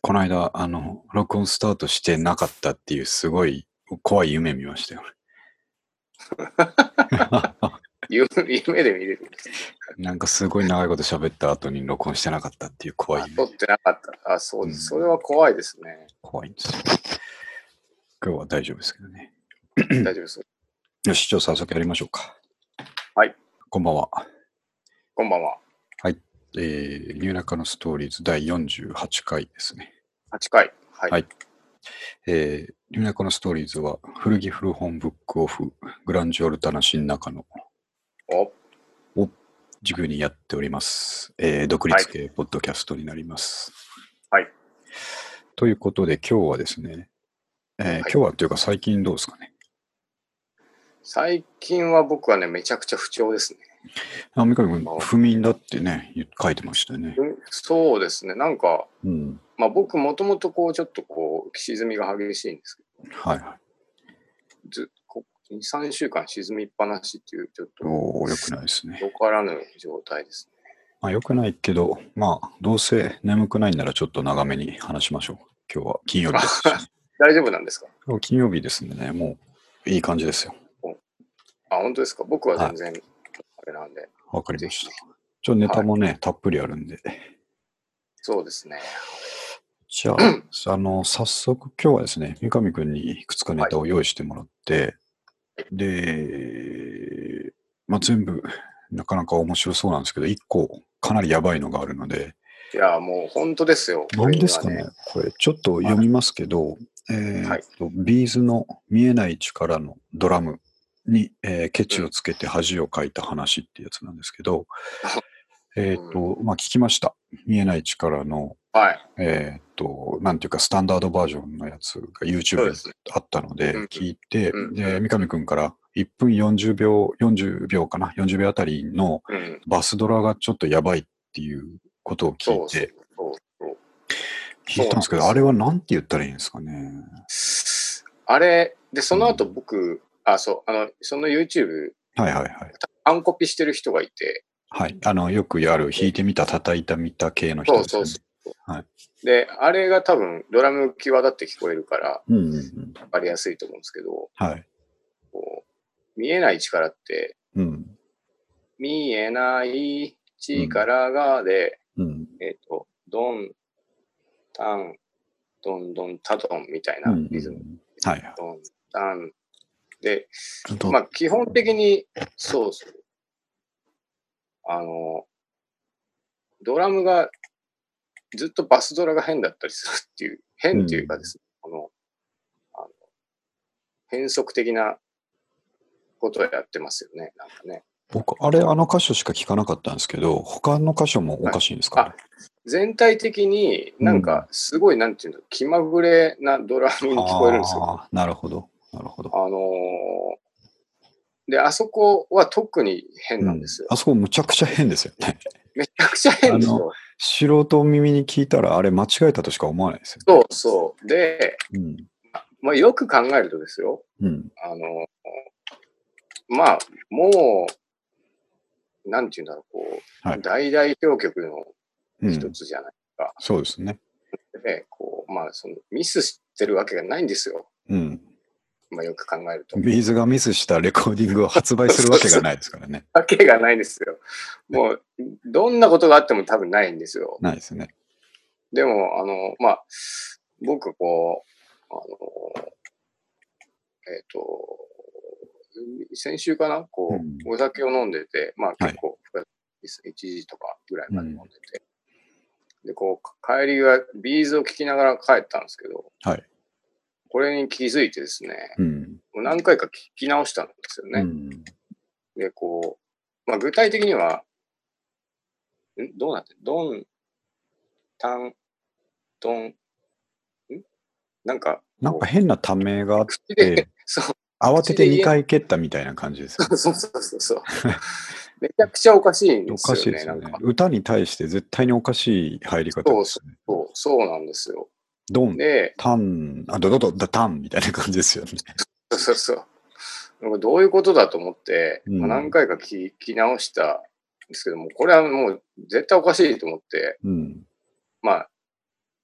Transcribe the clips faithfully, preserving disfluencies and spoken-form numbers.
この間、あの、録音スタートしてなかったっていうすごい怖い夢見ましたよ。 夢夢で見れるんですか？ なんかすごい長いこと喋った後に録音してなかったっていう怖いあ、 夢。 撮ってなかった。あ、そううん、 です。それは怖いですね。 怖いんですよ。今日は大丈夫ですけどね。 大丈夫です。 よし、じゃあ早速やりましょうか。 はい。 こんばんは。 こんばんは。 はい。えー、ニューナカのストーリーズだいよんじゅうはちかいですね。 はちかい。はい。 はい。えー、ニューナカのストーリーズは古着古本ブックオフグランジオルタナ新中野お、 を軸にやっております。えー、独立系ポッドキャストになります。 はい。 ということで今日はですね、えーはい今日はというか最近どうですかね。 最近は僕はね、めちゃくちゃ不調ですね。 あ、三上君、 あ不眠だってね、言書いてましたよね。 うんそうですね。なんか、 うん。 まあ僕もともとこう、ちょっとこう、沈みが激しいんですけはいはい。 ど、ずこに、さんしゅうかん沈みっぱなしっていう、ちょっと、 おー、よくないですよね。 からぬ状態ですね。 まあ、よくないけど、まあ、どうせ眠くないならちょっと長めに話しましょう。今日は金曜日ですしね。 大丈夫なんですか？ 今日金曜日ですんでね、もういい感じですよ。 あ、本当ですか？僕ははい。 全然、あれなんで、 わかりぜひ。 ました。ちょ、ネタはい。 もね、たっぷりあるんで。 そうですね。 じゃあ、あの、早速今日はですね、三上君にいくつかネはい。 タを用意してもらって、で、まあ、全部なかなか面白そうなんですけど、いっこかなりやばいのがあるので、 いや、もう本当ですよ。こ何れにはね。 ですかね、これちょっと読みますけど、えーっはい。 と、ビーズの見えない力のドラムに、えーケチをうん。 つけて恥をかいた話っていうやつなんですけど、えーっうん。 と、まあ、聞きました。見えない力の、 はい。 えーっと、なんていうか、スタンダードバージョンのやつがそう YouTube にですね。 あったので、 うん。 聞いて、 うん。 で、三うん。 上くんからいっぷんよんじゅうびょう、よんじゅうびょうかな、よんじゅうびょうあたりのうん。 バスドラがちょっとやばいっていうことを聞いそうそうて、 そうそう。 聞いたんですけど、あそうなんですよ。 れはなんて言ったらいいんですかね。 あれ、で、その後うん。 僕、あ、そう、あの、その YouTube、 はいはいはい。 完コピしてる人がいて、 はい。あの、よくやる、弾でいてみた、叩いたみた系のそうそうそ人ですよね。 う。 はい。 で、あれが多分ドラム際立って聞こえるから、 うんうんうん。 わかりやすいと思うんですけど、 はい。 こう見えない力って、 うん。 見えないうん。 力がで、 うん。 えっ、と、ドン、タン、ドンドンタドンみたいうんうんなリズム。 うん。はいはい。 ドン、タン。で、 ちょっと、 まあ基本的に、そうそう。あの、ドラムがずっとバスドラが変だったりするっていう、 う変っていうかでん。 すね、この、あの変則的なことをやってますよね、なんかね。 僕、あれ、あの箇所しか聞かなかったんですけど、他の箇所もおはい。 かしいんですか、あれ。 あ、全体的にうん。 なんかすごい、なんていうの、気まぐれなドラムに聞こえるんですよ。 はあ、なるほど。なるほど。 あのーで、あそこは特に変うん。 なんですよ。 あそこむちゃくちゃ変ですよね。 めちゃくちゃあの、 変ですよ。 素人耳に聞いたら、あれ間違えたとしか思わないですよね。 そうそう。で、 うん。 まあ、よく考えるとですよ。 うん。 あの、まあ、もう、なんていうんだろう、こう、 はい。 大々表曲の一うん。 つじゃないですか。 そうですね。 で、こう、まあ、その、ミスしてるわけがないんですよ。 うん。 まあ、よく考えると。 ビーズがミスしたレコーディングを発売するわけがないですからね。 わけがないんですよ。もう、どんなことがあっても多分ないんですよ。 ないですね。 でも、あの、まあ、僕、こう、あの、えっ、と、先週かな、こうん。 う、お酒を飲んでて、まあはい。 結構、いちじとかぐらいまで飲んうん。 でて、で、こう、帰りがビーズを聴きながら帰ったんですけど、 はい。 これに気づいてですね、 うん。 もう何回か聞き直したんですよね。 うん。 で、こう、まあ具体的には、んどうなってドン、タン、ドン、んなんか、 なんかこ変なためがあう、 っ口で、 て、 そう、 慌てて口で言えない。 にかい蹴ったみたいな感じですよね。 そうそうそうそう。めちゃくちゃおかしいんでおかすよね、 しいですよね。 なんか。 歌に対して絶対におかしい入り方そうそですね。 うそう、そうなんですよ。 ドン、 で、 タン、あ、ドドド、ダタンみたいな感じですよね。 そうそうそう。なんかどういうことだと思って、まあ、何うん。 回か聞き直したんですけども、これはもう絶対おかしいと思って、 うん。 まあ、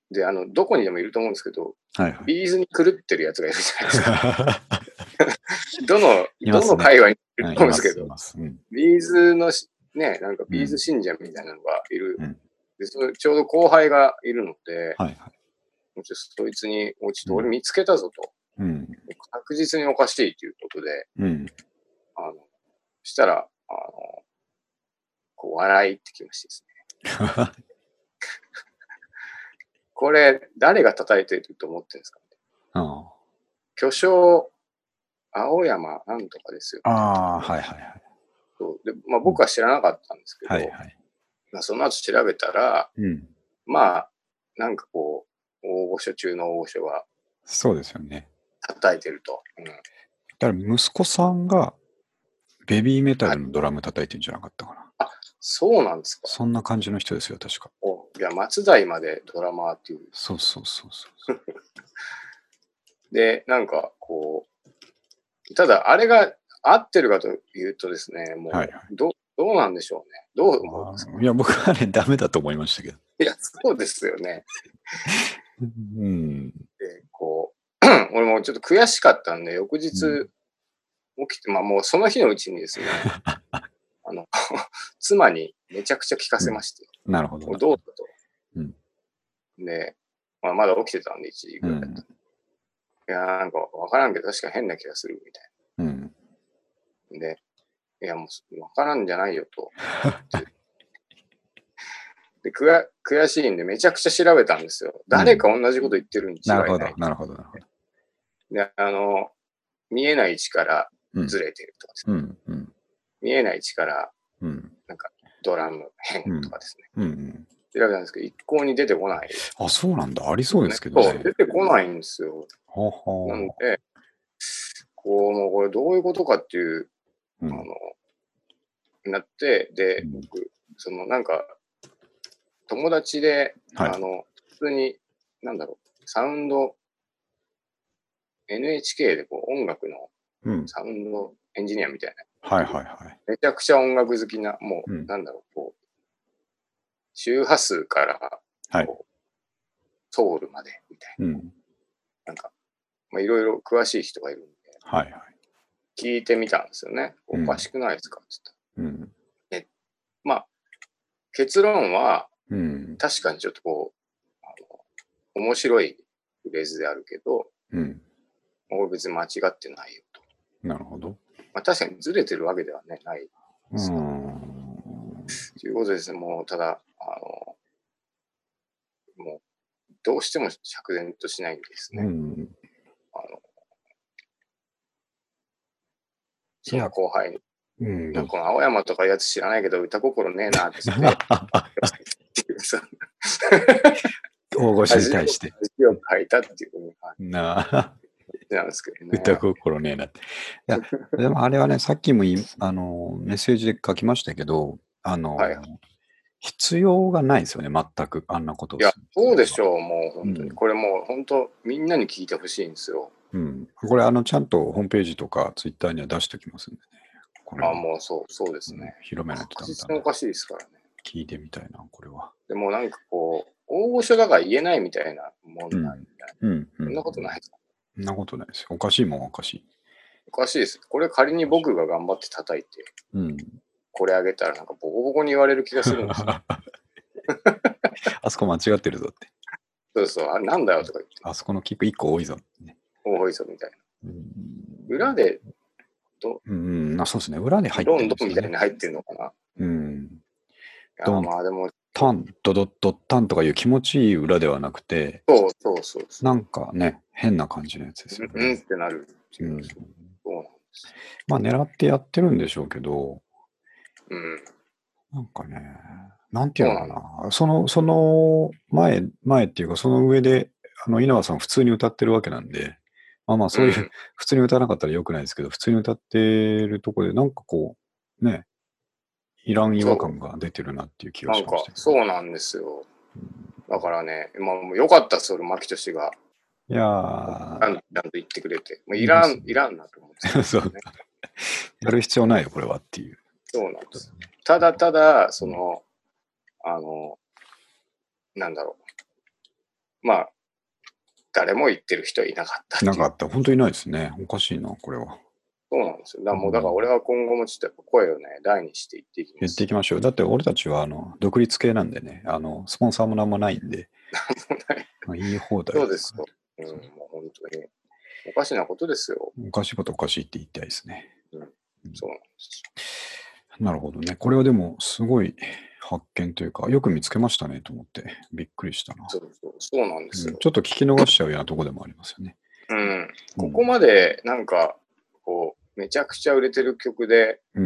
で、あの、どこにでもいると思うんですけど、 はいはい。 ビーズに狂ってるやつがいるじゃないですか。どの、 いますねどの界隈にいるうんと思うんですけど、 いますいます。うん。 ビーズのし、ね、なんかビーズうん信者みたいなのがいる。 うんでそれちょうど後輩がいるので、 はいはい。 もうちょっとそいつに、もうちょっとうん俺見つけたぞと。 うん。 確実におかしいということで、 うん。 あの、したら、あの、こう笑いってきましてですね。これ、誰が叩いてると思ってるんですかね。 あ巨匠、青山なんとかですよ。 あ。ああ、はいはいはい。 そうでまあ、僕は知らなかったんですけど、 はいはい。 まあ、その後調べたら、 うん。 まあ、なんかこう、大御所中の大御所がそうですよね。 叩いてると。うん、 だから息子さんがベビーメタはい。 ルのドラム叩いてんじゃなかったかな。 あ、そうなんですか。 そんな感じの人ですよ、確か。 おいや、松代までドラマーっていう。 そうそうそうそう。 で、なんかこう、ただあれが合ってるかというとですね、もう、 はいはいどどうなんでしょうね。どう思うんですか。 あーいや、僕はね、ダメだと思いましたけど。 いや、そうですよね。 うん。 で、こう、俺もちょっと悔しかったんで、翌日うん起きて、まあもうその日のうちにですね、あの、妻にめちゃくちゃ聞かせまして、 なるほどな。 もうどうだと。 うんで、まあ、まだ起きてたんでいちじぐらいだった。 うん。 いやーなんかわからんけど確か変な気がするみたいうん。 な。で、いやもうわからんじゃないよと。で悔、悔しいんでめちゃくちゃ調べたんですよ。誰か同じこと言ってるに違いない。 なるほど、なるほど、なるほど。 で、あの、見えない位置からずれてるとかですね。 うん、うん、 見えない位置からうん。 なんかドラム変とかですね。 うん、うん。 調べたんですけど、一向に出てこない。 あ、そうなんだ。ありそうですけどそう、 ね。 出てこないんですよ。 ははなので、こう、もうこれどういうことかっていう、 うんあの、なって、で、 うん僕、そのなんか、友達で、 はいあの、普通に、なんだろう、サウンド、エヌエイチケー でこう音楽のうん。 サウンドエンジニアみたいな。 はいはいはい。 めちゃくちゃ音楽好きな、もう、 うんなんだろう、こう、周波数から、 はい。 こう、ソウルまで、みたいな。 うん。 なんか、まあ、いろいろ詳しい人がいるんで、 はいはい。 聞いてみたんですよね。 うんおかしくないですかって言ったら。 うん。 まあ、結論は、 うん。 確かにちょっとこう、あの面白いフレーズであるけど、 うん。 俺別に間違ってないよと。 なるほど。 まあ、確かにずれてるわけではね、ない。 うーん。 ということですね、もうただ、あの、もう、どうしても釈然としないんですね。 うん。 あの、その後輩に。 うん。 なんかこの青山とかいうやつ知らないけど歌心ねえなって言って、 大御所に対して。 字を書いたっていう感なあ。 じなんですけどね。 歌心ねえなって。いや、でもあれはね、さっきもいあのメッセージで書きましたけど、あの、 はい必要がないですよね、全く、あんなことをいやする。、 そうでしょう、もう本当に。 うんこれもう本当、みんなに聞いてほしいんですよ。 うん。これ、あの、ちゃんとホームページとかツイッターには出しておきますんでね。これはあ、もうそう、そうですうんね。 広めないとダ確メだな。 実におかしいですからね。 聞いてみたいな、これは。 でもなんかこう、大御所だから言えないみたいなもんなんみたいな。 うん。 そんなことないですか。 そんなことないですよ。おかしいもんおかしい。 おかしいです。これ仮に僕が頑張って叩いて、 うん。 これあげたらなんかボコボコに言われる気がするんですよ。 あそこ間違ってるぞって。 そうそう、あれなんだよとか言って、 あそこのキックいっこ多いぞ、ね。 多いぞみたいな。 うん。 裏でうん、うん、あそうですね。裏で入ってどんどんみるんですよね。 たいに入ってんのかな。 うん。 いやドンまあでも、 タン、ドドッドッタンとかいう気持ちいい裏ではなくて、 そうそうそうそう。 なんかね、変な感じのやつですようんうんっね。 てなるっていうう。 ん。 そうなんです。 まあ狙ってやってるんでしょうけど、 うん。 なんかね、なんていうのかそうな、その、その前、前っていうか、その上で、あの、稲葉さん普通に歌ってるわけなんで、まあまあそういう、 うん普通に歌わなかったら良くないですけど、普通に歌ってるところで、なんかこう、ね、いらん違和感が出てるなっていう気がなんかしましたけど。 そうなんですよ。だからね、まあもうよかったです、俺、牧俊が。 いやちーゃんちゃんと言ってくれて。もういらん、 いいですねいらんなと思ってたんですそよね、 う。やる必要ないよ、これはっていう。 そうなんです。ただただ、その、あの、なんだろう。 まあ、誰も言ってる人はいなかったっていう。 なかった。本当にいないですね。おかしいな、これは。 そうなんですよ。だからもう、だから俺は今後もちょっとやっぱ声をね、大にして言っていきます。 言っていきましょう。だって俺たちはあの独立系なんでね、あのスポンサーもなんもないんで、まあ、言い放題そうですよ。うん、もう本当に。おかしなことですよ。 おかしいことおかしいって言いたいですね。 うん、そうなんですなるほどね。これはでもすごい発見というか、よく見つけましたねと思って、びっくりしたな。 そうそう、そうなんですよ、 うん。ちょっと聞き逃しちゃうようなとこでもありますよね。 うん。ここまでなんか、こう、めちゃくちゃ売れてる曲で、 うん。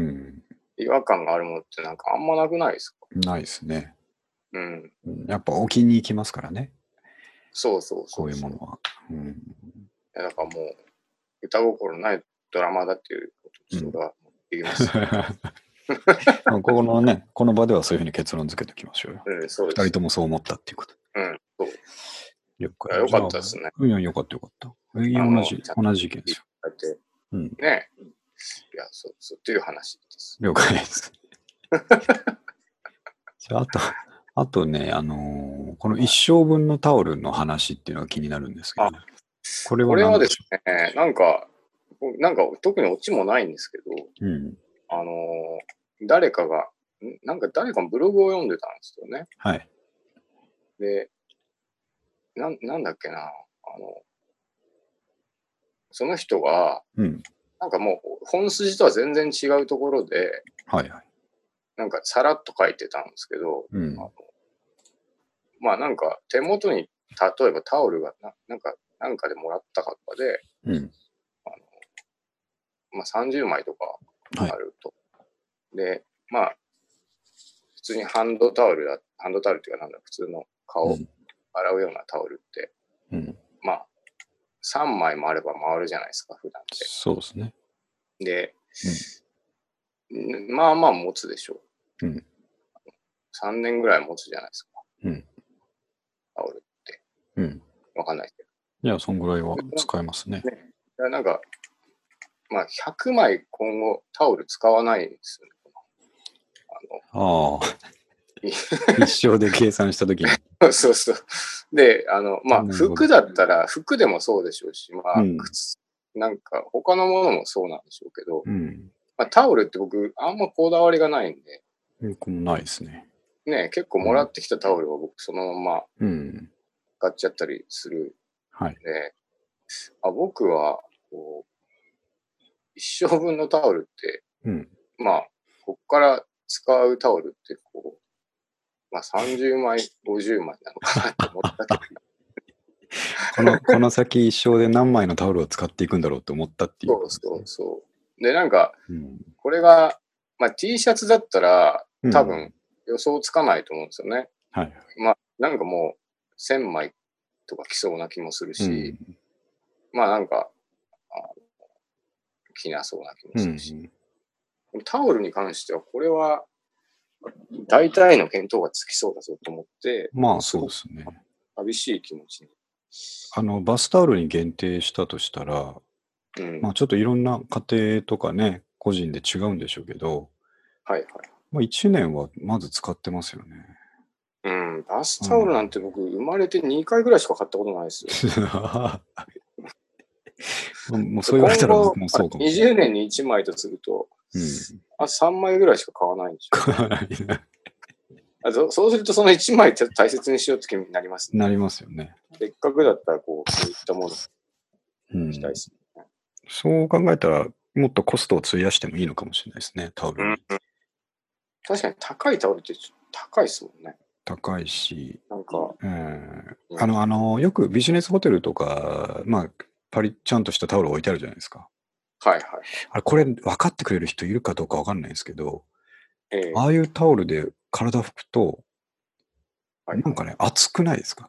違和感があるものってなんかあんまなくないですか？ ないですね。 うん。 やっぱ置きに行きますからね。 そうそうそう。 こういうものは。うん、 いやだからもう、歌心ないドラマだっていうことそれは言います。 ここのね、この場ではそういうふうに結論付けておきましょうよ。 うん、そうです。 二人ともそう思ったっていうこと。 うん、そう。 よくいやよかったですね。 いや、よかったよかった。いや、同じ、同じ意見ですよ。 うん、ね。いや、そうそう、という話です。 了解です。じゃあ、あと、あとね、あのー、この一生分のタオルの話っていうのが気になるんですけど、これは何でしょう？ これはですね、なんか、なんか特にオチもないんですけど、 うん、 あのー、誰かが、なんか誰かのブログを読んでたんですよね。 はい。 で、ななんだっけな、あの、その人が、 うん、 なんかもう本筋とは全然違うところで、 はいはい。 なんかさらっと書いてたんですけど、 うん、 あのまあなんか手元に例えばタオルがななんかなんかでもらったかとかで、 うん、 あのまあ、さんじゅうまいとかあると。はい、で、まあ普通にハンドタオルだ、ハンドタオルっていうかなんだ、普通の顔洗うようなタオルって、 うん、 まあさんまいもあれば回るじゃないですか、普段って。 そうですね。 で、うん、まあまあ持つでしょう。うん、さんねんぐらい持つじゃないですか。うん、タオルって。うん。わかんないけど。 いや、そんぐらいは使えますね。 ね、なんか、まあ、ひゃくまい今後タオル使わないんですよね。 あのああ。一生で計算したときに。 そうそう。で、あの、まあ、服だったら、服でもそうでしょうし、まあ、うん、靴、なんか、他のものもそうなんでしょうけど、うん、まあ、タオルって僕、あんまこだわりがないんで。 僕もないですね。 ね、結構もらってきたタオルは僕、そのまま、使っちゃったりするんで、うん、はい、あ僕は、こう、一生分のタオルって、うん、まあ、こっから使うタオルって、こう、まあ、さんじゅうまい、ごじゅうまいなのかなと思ったけどこの、この先一生で何枚のタオルを使っていくんだろうと思ったっていう、 ね。そうそうそう。で、なんか、うん、これが、まあ、T シャツだったら、多分予想つかないと思うんですよね。うん、はい。まあ、なんかもう、せんまいとか来そうな気もするし、うん、まあなんか、着なそうな気もするし。うん、タオルに関しては、これは、大体の見当がつきそうだぞと思って、 まあそうですね。 寂しい気持ちに。 あの、バスタオルに限定したとしたら、うん、まあちょっといろんな家庭とかね、個人で違うんでしょうけど、 はいはい。 まあいちねんはまず使ってますよね。 うん、バスタオルなんて僕、生まれてにかいぐらいしか買ったことないですよ。 もうそう言われたら僕もそうかもしれない。 にじゅうねんにいちまいとすると、うん、あさんまいぐらいしか買わないんでしょう、ね。買わないね。そうするとそのいちまい大切にしようって気になりますね。なりますよね。 せっかくだったらこう、そういったものをしたいですね、 うん。そう考えたら、もっとコストを費やしてもいいのかもしれないですね、タオルに。うん、 確かに高いタオルって高いですもんね。 高いし、 なんか、 えーうん、あの、あの、よくビジネスホテルとか、まあ、パリちゃんとしたタオル置いてあるじゃないですか。 はいはい。 あれ、これ分かってくれる人いるかどうか分かんないんですけど、えー、ああいうタオルで体拭くと、はい、なんかね、熱くないですか？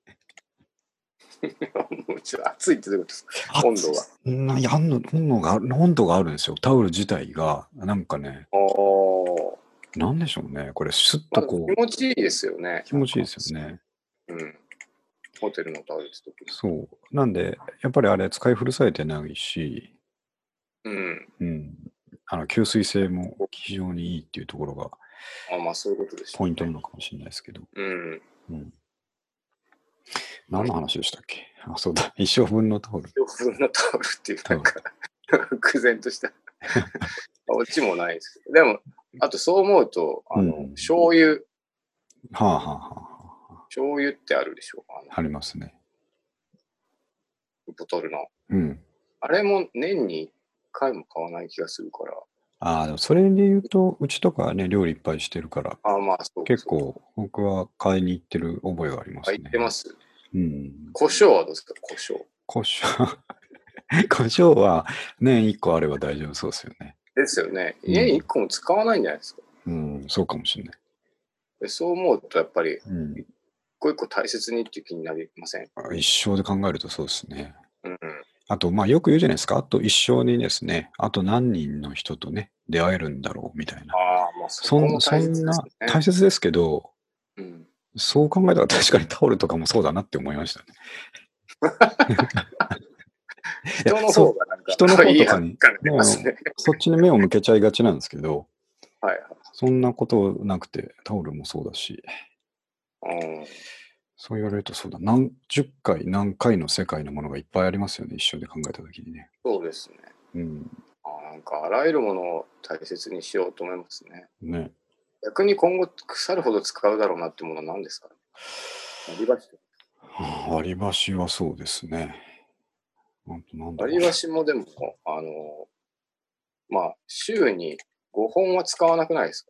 熱いってどういうことですか？温度が。 いや、温度がある、温度があるんですよ。タオル自体が。なんかね。なんでしょうね。これ、シュッとこう、 まあ。気持ちいいですよね。 気持ちいいですよね。 うん。ホテルのタオルって時。 そう。なんで、やっぱりあれ、使い古されてないし、 うん。 うん。あの、吸水性も非常にいいっていうところが、 あまあ、そういうことでしょう、ね。 ポイントなのかもしれないですけど。 うん。 うん。 何の話でしたっけ？あ、そうだ。一生分のタオル。 一生分のタオルっていう、なんか、漠然とした。オチもないですけど。でも、あとそう思うと、あの、うん、醤油。 はあはあはあ。醤油ってあるでしょう。 あ, ありますね。 ボトルの。 うん。 あれも年にいっかいも買わない気がするから。 ああ、でもそれで言うと、うちとかはね、料理いっぱいしてるから、 あまあそう結構僕は買いに行ってる覚えがありますね。 あ、行ってます。 うん。 胡椒はどうですか、胡椒。 胡椒。胡椒は年いっこあれば大丈夫そうですよね。 ですよね。年いっこも使わないんじゃないですか。 うん、うん、そうかもしれない。 でそう思うと、やっぱり、うん、一個一個大切にっていう気になりません？ 一生で考えるとそうですね。 うん、 あと、まあよく言うじゃないですか。あと一生にですね、あと何人の人とね、出会えるんだろうみたいな。 ああ、まあそこも大切ですね。 そんな大切ですけど、 うん、 そう考えたら確かにタオルとかもそうだなって思いましたね。 人の方がなんか人の方とかに、 ね、 そっちに目を向けちゃいがちなんですけど、 はい、 そんなことなくて、タオルもそうだし、 うん、 そう言われるとそうだ、何十回、何回の世界のものがいっぱいありますよね、一緒で考えたときにね。 そうですね。 うん、 あなんかあらゆるものを大切にしようと思いますね。 ね。 逆に今後腐るほど使うだろうなってものは何ですか？割り箸。 割り箸はそうですね。 割り箸もでも、あの、まあ、週にごほんは使わなくないですか？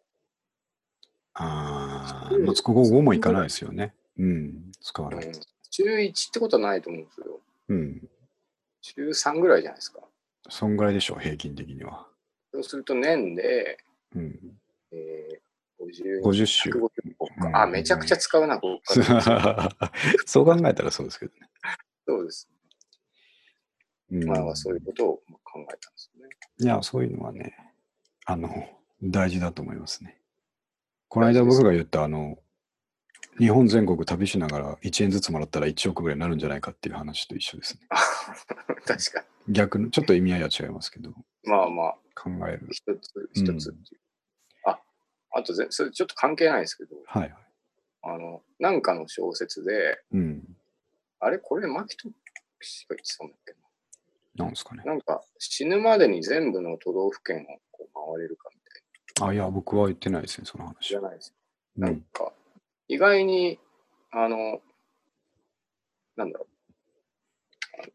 ああ、まあ、ごもいかないですよね。うん、使わない。うん、 週いちってことはないと思うんですよ。 うん。 週さんぐらいじゃないですか。 そんぐらいでしょう、平均的には。 そうすると年で、 うん、 えー、 ごじゅっしゅ。 ひゃくごじゅっこか、うん。あ、めちゃくちゃ使うな、ここそう考えたらそうですけどね。 そうです。まあ、そういうことを考えたんですよね。 いや、そういうのはね、あの、大事だと思いますね。この間僕が言った、あの、日本全国旅しながらいちえんずつもらったらいちおくぐらいになるんじゃないかっていう話と一緒ですね。 確かに。逆の、ちょっと意味合いは違いますけど。 まあまあ。 考える。 一つ、一つっていう。うん、あ、あとぜ、それちょっと関係ないですけど、 はいはい。 あの、なんかの小説で、 うん、あれこれ、牧人氏が言ってたんだっけな。なんですかね。 なんか、死ぬまでに全部の都道府県をこう回れるかみたいな。 あ、いや、僕は言ってないですね、その話。 じゃないです。なんか、意外に、あの、なんだろう。あの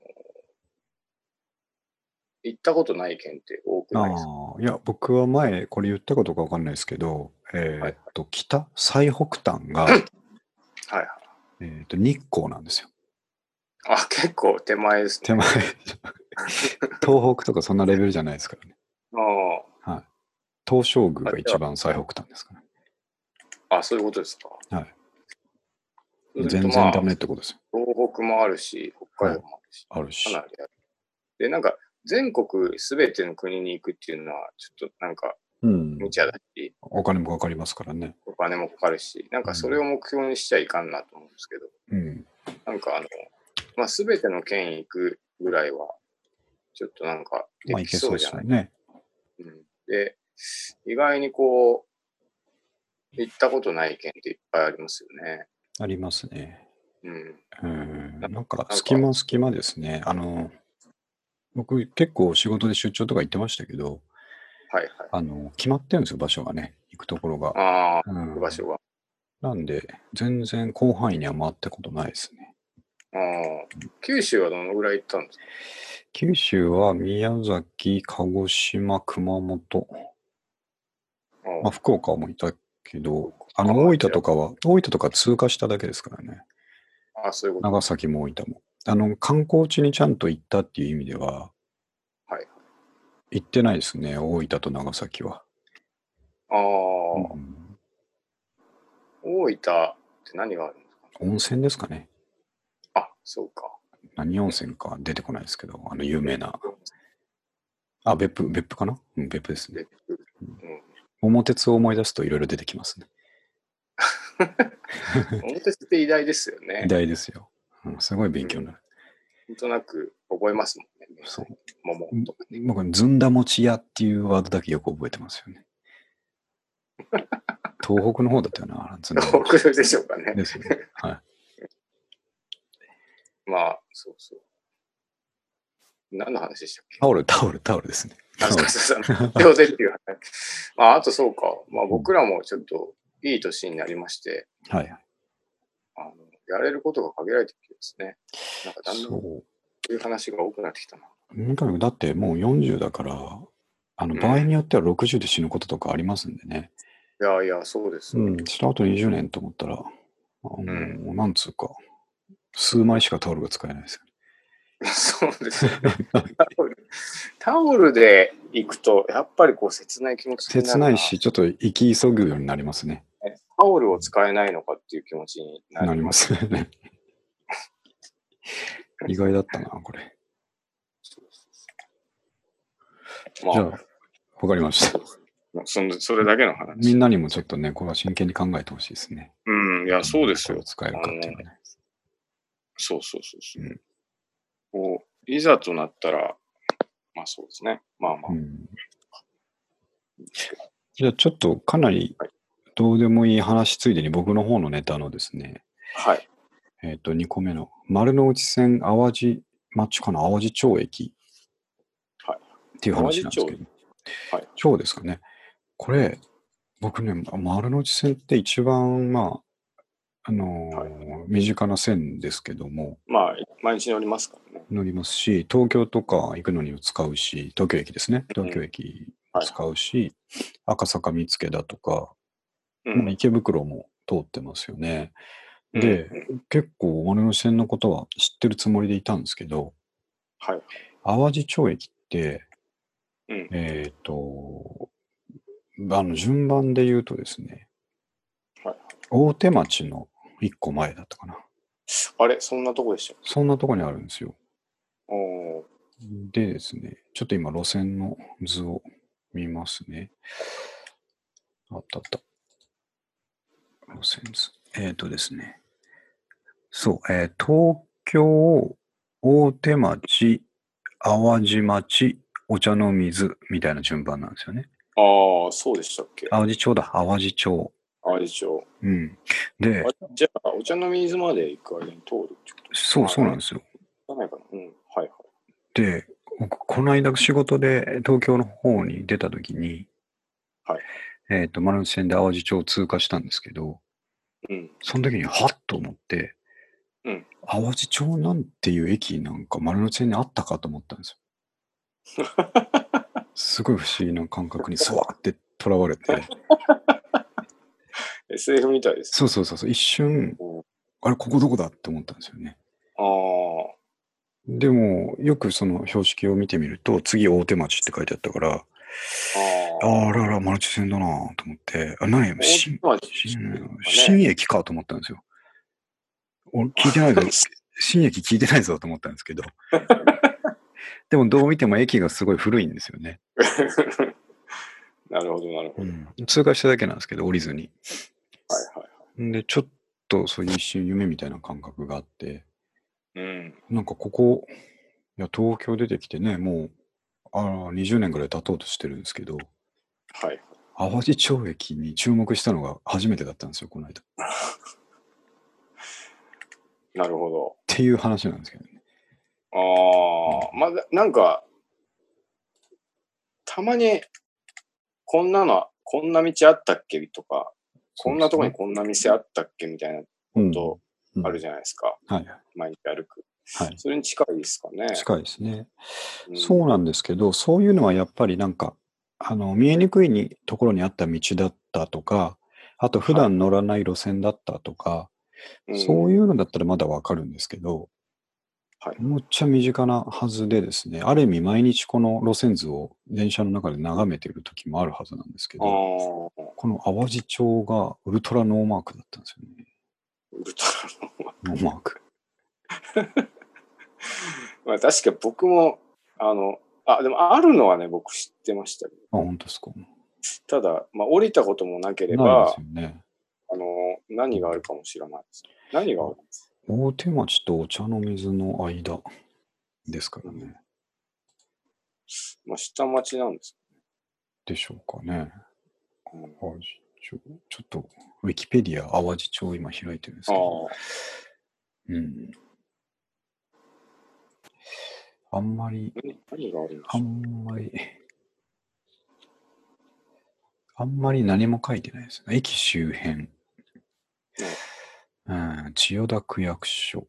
行ったことない県って多くないですか？ ああ、いや、僕は前、これ言ったことかわかんないですけど、えー、っと、はい、北、最北端が、はいはい。 えー、っと、日光なんですよ。 あ、結構手前ですね。 手前。東北とかそんなレベルじゃないですからね。 ああ。 はい。東照宮が一番最北端ですからね。 あ、そういうことですか。 はい。全然ダメってことですよ。 東北もあるし、北海道もあるし。 はい、あるし。 かなりある。で、なんか、全国すべての国に行くっていうのは、ちょっとなんか、無茶だし、 うん、お金もかかりますからね。 お金もかかるし、なんかそれを目標にしちゃいかんなと思うんですけど、 うん、 なんかあの、まあ、すべての県行くぐらいは、ちょっとなんか、できそうじゃない、 まあ、いけそうですね。うん。で、意外にこう、行ったことない県っていっぱいありますよね。 ありますね。 うん。 うんなんか、隙間隙間ですね。あの、僕結構仕事で出張とか行ってましたけど、 はいはい。 あの、決まってるんですよ、場所がね。行くところが。 ああ、行く場所が。 なんで、全然広範囲には回ったことないですね。 ああ、九州はどのぐらい行ったんですか？ 九州は宮崎、鹿児島、熊本。まあ、福岡もいたけど、あの、大分とかは、大分とか通過しただけですからね。 あ、そういうこと。 長崎も大分も。あの、観光地にちゃんと行ったっていう意味では、 はい。 行ってないですね、大分と長崎は。 ああ、うん、大分って何があるんですか？ 温泉ですかね。 あ、そうか。 何温泉か出てこないですけど、あの、有名な。あ、別府、別府かなうん、別府ですね。別府。うん。桃鉄を思い出すといろいろ出てきますね。 桃鉄って偉大ですよね。 偉大ですよ。うん、すごい勉強になる。 なんとなく覚えますもんね。 そう。 桃とかね。 僕、ずんだ餅屋っていうワードだけよく覚えてますよね。東北の方だったよな、 ずんだ餅。東北でしょうかね。 ですよね。はい。 まあ、そうそう。何の話でしたっけ？ タオル、タオル、タオルですね。 あ、そうそうそう。でっていう話。まあ、あとそうか。まあ、僕らもちょっといい年になりまして、 うん、はいはい。 あの、やれることが限られてきてですね。なんかだんだんそういう話が多くなってきたな。 とにかくだってもうよんじゅうだから、あの場合によってはろくじゅうで死ぬこととかありますんでね。 うん、いやいや、そうです。 うん、したあとにじゅうねんと思ったら、あの、うん、なんつうか、数枚しかタオルが使えないですよね。 そうですよね。タオル、タオルで行くと、やっぱりこう切ない気持ちになるな。 切ないし、ちょっと生き急ぐようになりますね。 タオルを使えないのかっていう気持ちになります。 なりますね。意外だったな、これ。まあ、じゃあ、わかりました。 そそれだけの話。 みんなにもちょっとね、これは真剣に考えてほしいですね。 うん、いや、そうですよ。 使えるかっていうのね。 そうそうそうそう。うん、こういざとなったら、まあそうですね。まあまあ。うん、 じゃあちょっとかなりどうでもいい話ついでに僕の方のネタのですね。 はい。 えっと、にこめの丸の内線淡路町かな、淡路町駅。はい。っていう話なんですけど。はい。町ですかね。これ、僕ね、丸の内線って一番、まあ、あのーはい、身近な線ですけども。 まあ、毎日乗りますからね。 乗りますし、東京とか行くのにも使うし、東京駅ですね。東京駅も使うし、うんはい、赤坂見附だとか、うん、池袋も通ってますよね。で、うん、結構丸の内線のことは知ってるつもりでいたんですけど、はい、淡路町駅って、うん、えっ、ー、と、あの順番で言うとですね、はい、大手町の一個前だったかな。 あれ、そんなとこでしたっけ？ そんなとこにあるんですよ。でですね、ちょっと今路線の図を見ますね。あったあった。路線図。えっ、ー、とですね。そう、えー、東京、大手町、淡路町、お茶の水みたいな順番なんですよね。 ああ、そうでしたっけ？ 淡路町だ、淡路町。 淡路町。 うん。で、 じゃあ、お茶の水まで行く間に通るってこと？ そう、そうなんですよ。 ないかな。うん、はいはい。 で、この間仕事で東京の方に出たときに、はい。えっ、ー、と、丸内線で淡路町を通過したんですけど、うん。その時にはっと思って、うん。淡路町なんていう駅なんか丸内線にあったかと思ったんですよ。すごい不思議な感覚にスワーってとらわれて。 エスエフ みたいです、 ね。そうそうそうそう、一瞬、あれ、ここどこだって思ったんですよね。ああ。でも、よくその標識を見てみると、次大手町って書いてあったから、ああ、あらあら、丸内線だなと思って、あ、何新、新駅かと思ったんですよ。俺、聞いてないぞ。新駅聞いてないぞと思ったんですけど。でも、どう見ても駅がすごい古いんですよね。 なるほど、なるほど、 うん。通過しただけなんですけど、降りずに。はいはいはい。で、ちょっとそういう一瞬夢みたいな感覚があって、うん、なんかここ、いや、東京出てきてね、もう、あにじゅうねんぐらい経とうとしてるんですけど、はい。淡路町駅に注目したのが初めてだったんですよ、この間。 なるほど。 っていう話なんですけどね。 ああ、うん、まだ、なんか、たまに、こんなの、こんな道あったっけとか、こんなとこにこんな店あったっけみたいなことあるじゃないですか。うんうん、はい。毎日歩く。はい。それに近いですかね。 近いですね。うん、そうなんですけど、そういうのはやっぱりなんか、あの、見えにくいにところにあった道だったとか、あと普段乗らない路線だったとか、はい、そういうのだったらまだわかるんですけど、はい、むっちゃ身近なはずでですね、ある意味毎日この路線図を電車の中で眺めている時もあるはずなんですけど、この淡路町がウルトラノーマークだったんですよね。 ウルトラノーマーク。ノーマーク。まあ確か僕も、あの、あ、でもあるのはね、僕知ってましたけど。 あ、本当ですか。 ただ、まあ降りたこともなければ、 ないですよね。 あの、何があるかもしれないです。何があるんですか？ 大手町とお茶の水の間ですからね。うん、 まあ下町なんですかね。 でしょうかね。うん、淡路町。ちょっと、ウィキペディア淡路町今開いてるんですけど。うん。 あんまり、 何があるんでしょう。 あんまり、あんまり何も書いてないですね。駅周辺。うん、千代田区役所。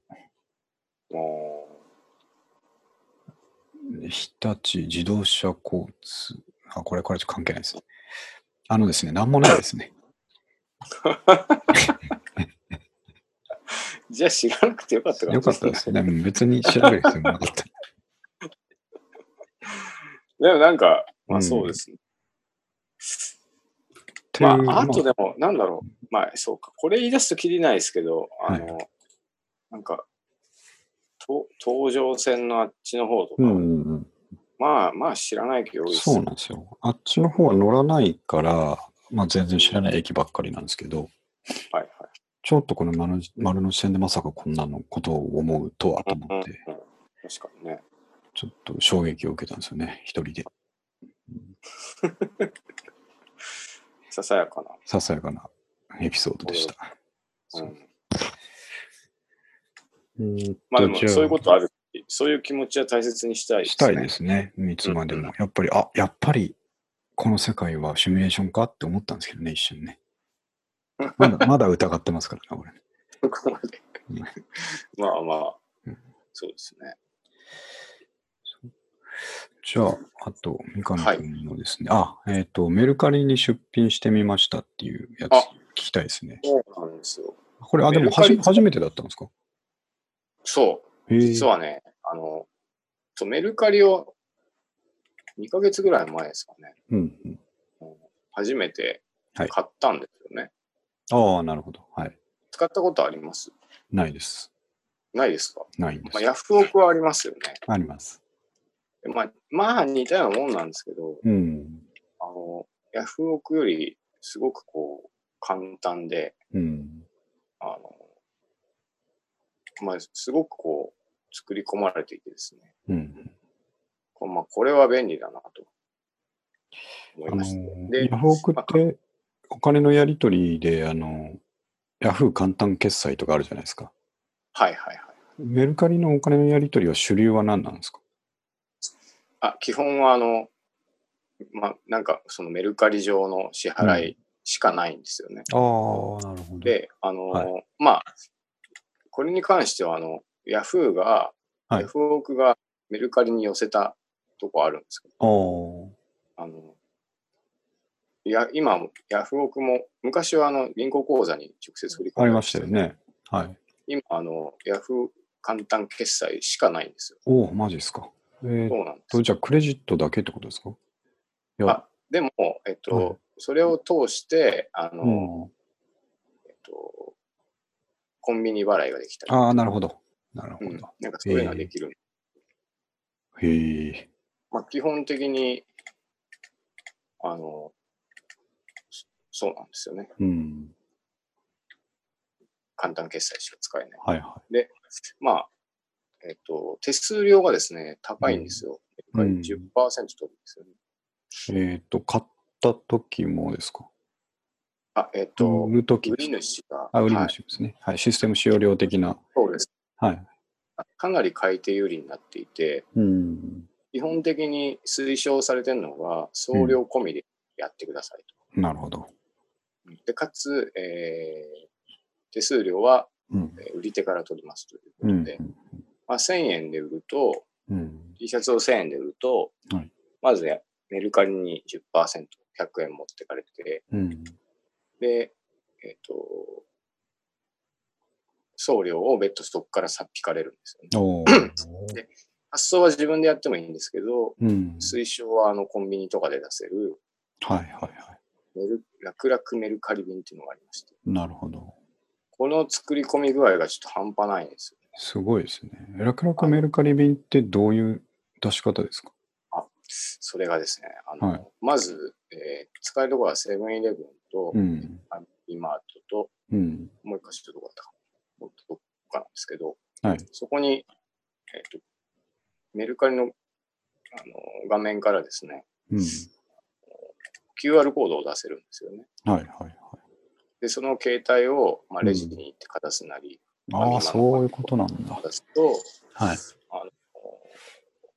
日立自動車交通。あ、これ、これ関係ないですね。あのですね、なんもないですね。 じゃあ知らなくてよかったかもしれない。 よかったですね。別に調べる必要もなかった。 でもなんか、まあそうですね。うん、まあ、あとでも、なんだろう。まあ、そうか。これ言い出すときりないですけど、あの、はい、なんか、と東上線のあっちの方とか、うんうんうん、まあまあ知らないけど多いですよ。 そうなんですよ。あっちの方は乗らないから、まあ全然知らない駅ばっかりなんですけど、うん、 はいはい。 ちょっとこの丸丸の線でまさかこんなのことを思うとはと思って、 うんうんうん、確かにね。 ちょっと衝撃を受けたんですよね、一人で。 ささやかな。 ささやかなエピソードでした。うん、 うんまあでもそういうことある。そういう気持ちは大切にしたいですね。 したいですね。いつまでも。うんうん、やっぱり、あ、やっぱりこの世界はシミュレーションかって思ったんですけどね、一瞬ね。まだ、まだ疑ってますからね、俺。 そこまで。まあまあ、うん、そうですね。 じゃあ、あと、三上君のですね、はい、あ、えっ、ー、と、メルカリに出品してみましたっていうやつ、聞きたいですね。 そうなんですよ。 これ、あ、でもはじ、初めてだったんですか？ そう。実はね、あの、そうメルカリをにかげつぐらい前ですかね。うんうん、初めて買ったんですよね。 はい、ああ、なるほど。はい。 使ったことあります？ ないです。 ないですか？ ないんです。 まあ、ヤフオクはありますよね。 あります。 まあ、まあ似たようなもんなんですけど、 うん、 あの、ヤフオクよりすごくこう、簡単で、うん、あの、まあ、すごくこう、作り込まれていてですね。うん、まあ、これは便利だなと思いました。 あのー、ヤフオクってお金のやり取りで、あの、ヤフー簡単決済とかあるじゃないですか。 はいはいはい。 メルカリのお金のやり取りは主流は何なんですか？ あ、基本はあの、まあ、なんかそのメルカリ上の支払いしかないんですよね。 うん、ああ、なるほど。 で、あの、はい、まあ、これに関しては、あの、ヤフーが、はい、ヤフオクがメルカリに寄せたとこあるんですけど、あの、いや、今、ヤフオクも、昔はあの、銀行口座に直接振り込んでありましたよね。はい。 今、あの、ヤフー簡単決済しかないんですよ。 おお、マジですか。えー、そうなんです。じゃあ、クレジットだけってことですか？いやあ、でも、えっと、はい、それを通して、あの、うん、えっと、コンビニ払いができたり。 ああ、なるほど。なるほど、うん。 なんかそういうのができる。 へえ。 まあ、基本的に、あの、そうなんですよね。うん。簡単決済しか使えない。はいはい。で、まあ、えっと、手数料がですね、高いんですよ。うん、じゅっパーセント取るんですよね。 えっと、買った時もですか？ あ、えっと、売る時売り主が。 あ、売り主ですね。はい、システム使用料的な。 そうです。 はい。 かなり買い手有利になっていて、うん、基本的に推奨されてるのが、送料込みでやってくださいと。 うん、なるほど。 で、かつ、えー、手数料は、うん、売り手から取りますということで、うん、まあ、せんえんで売ると、うん、T シャツをせんえんで売ると、はい、まずメルカリに じゅっパーセント、ひゃくえん持ってかれて、うん、で、えっと、送料を別途ストックからさっ引かれるんですよね。で、発送は自分でやってもいいんですけど、うん、推奨はあのコンビニとかで出せる、 はいはいはい。 メル楽々メルカリ便っていうのがありまして。 なるほど。 この作り込み具合がちょっと半端ないんですよ、ね。 すごいですね。楽々メルカリ便ってどういう出し方ですか？ あ、それがですね、あの、はい、まず、えー、使えるところはセブンイレブンと、うん、イマートと、うん、もう一箇所どこだったかな、もっとどっかなんですけど、はい、そこに、えーと、メルカリの、あの画面からですね、うん、キューアール コードを出せるんですよね。はいはいはい。で、その携帯を、まあ、レジに行ってかざすなり、 うん、ああ、そういうことなんだ。 かざすと、 はい、 あの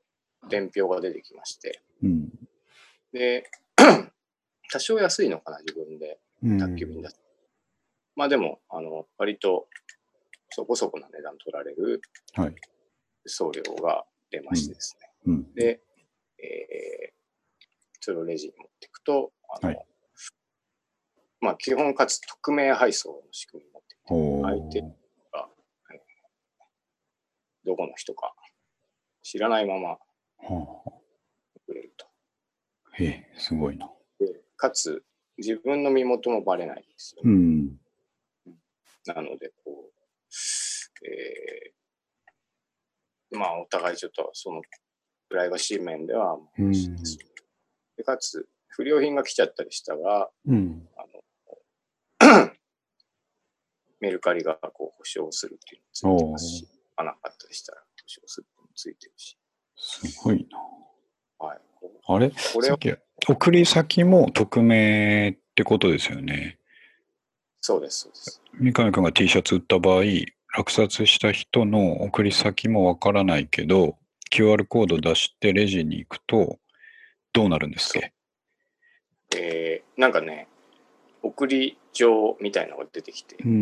伝票が出てきまして、 うん、 で、多少安いのかな、自分で宅急便だと。うん、まあでも、あの、割とそこそこな値段取られる送料が出ましてですね。 うんうん、 で、えー、それをレジに持っていくと、あの、はい、まあ基本かつ匿名配送の仕組みになっていて、相手が、えー、どこの人か知らないまま送れると。 へえ、すごいな。 で、かつ自分の身元もバレないんですよ。 うん、 なので、こう、えー、まあお互いちょっとそのプライバシー面では安心です。でかつ、不良品が来ちゃったりしたら、 うん、あのメルカリがこう保証するっていうのついてますし、あなかったりしたら保証するっていうのついてるし。 すごいな。 はい。 あれこれさっき送り先も匿名ってことですよね。 そうです、そうです。 三上君が T シャツ売った場合、落札した人の送り先もわからないけど、キューアール コード出してレジに行くと、どうなるんですか？ えー、なんかね、送り状みたいなのが出てきて、 うん、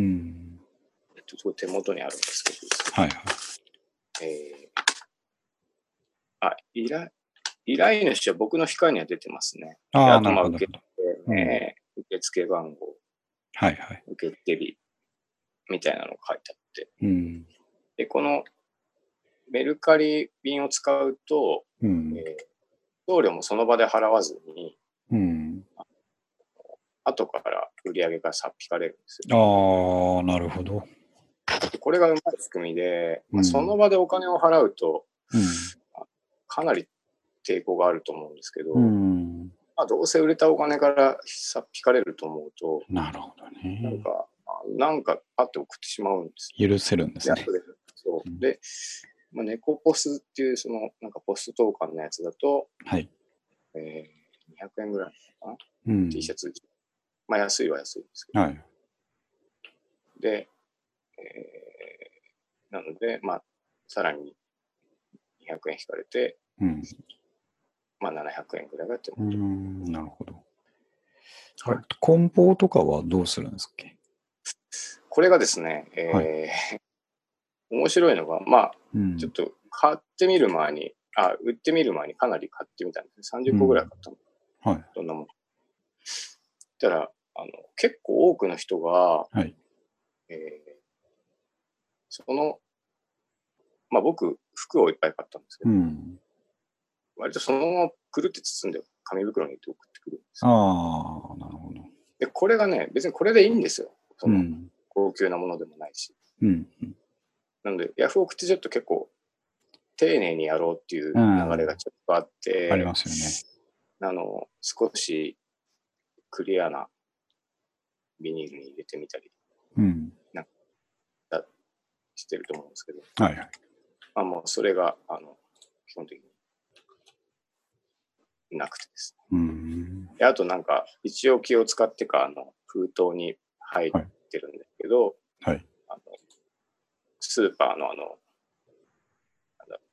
ちょっと手元にあるんですけど、 はいはい。 えー、あ、依頼、依頼主は僕の控えには出てますね。 ああ、 あと、まあ、 なるほど。 受付、ね、うん、受付番号、 はいはい。 受付日みたいなのが書いてあって、 うん、 で、このメルカリ便を使うと、 うん、 えー、送料もその場で払わずに、 うん、 後から売り上げがさっ引かれるんですよ。 ああ、なるほど。 これがうまい仕組みで、まあ、 うん、 その場でお金を払うと、 うん、 かなり抵抗があると思うんですけど、 うん、 まあ、どうせ売れたお金からさっ引かれると思うと、 なるほどね。 なんか、なんかパッと送ってしまうんですよ。 許せるんですね。 で、そう。で、まあ、ネコポスっていう、その、なんかポスト投函のやつだと、 はい。 えー、にひゃくえんぐらいかな、 うん、 T シャツ。まあ、安いは安いんですけど。 はい。 で、えー、なので、まあ、さらににひゃくえん引かれて、うん、まあ、ななひゃくえんぐらいが手元。 うん、なるほど。はい。梱包とかはどうするんですか？ これがですね、えーはい、面白いのが、まあ、うん、ちょっと買ってみる前に、あ、売ってみる前にかなり買ってみたんですね。さんじゅっこぐらい買ったの。うん、はい。どんなもん。たら、あの、結構多くの人が、はい、えー、その、まあ僕、服をいっぱい買ったんですけど、うん、割とそのままくるって包んで紙袋に入れて送ってくるんですよ。 ああ、なるほど。 で、これがね、別にこれでいいんですよ。その、高級なものでもないし。うんうん、なので、ヤフオクってちょっと結構、丁寧にやろうっていう流れがちょっとあって、 うん、ありますよね。 あの、少しクリアなビニールに入れてみたり、うん、なんかしてると思うんですけど、はいはい。まあもうそれが、あの、基本的になくてですね。うん、であとなんか、一応気を使ってか、あの、封筒に入ってるんですけど、はい、あのスーパーのあの、なんだ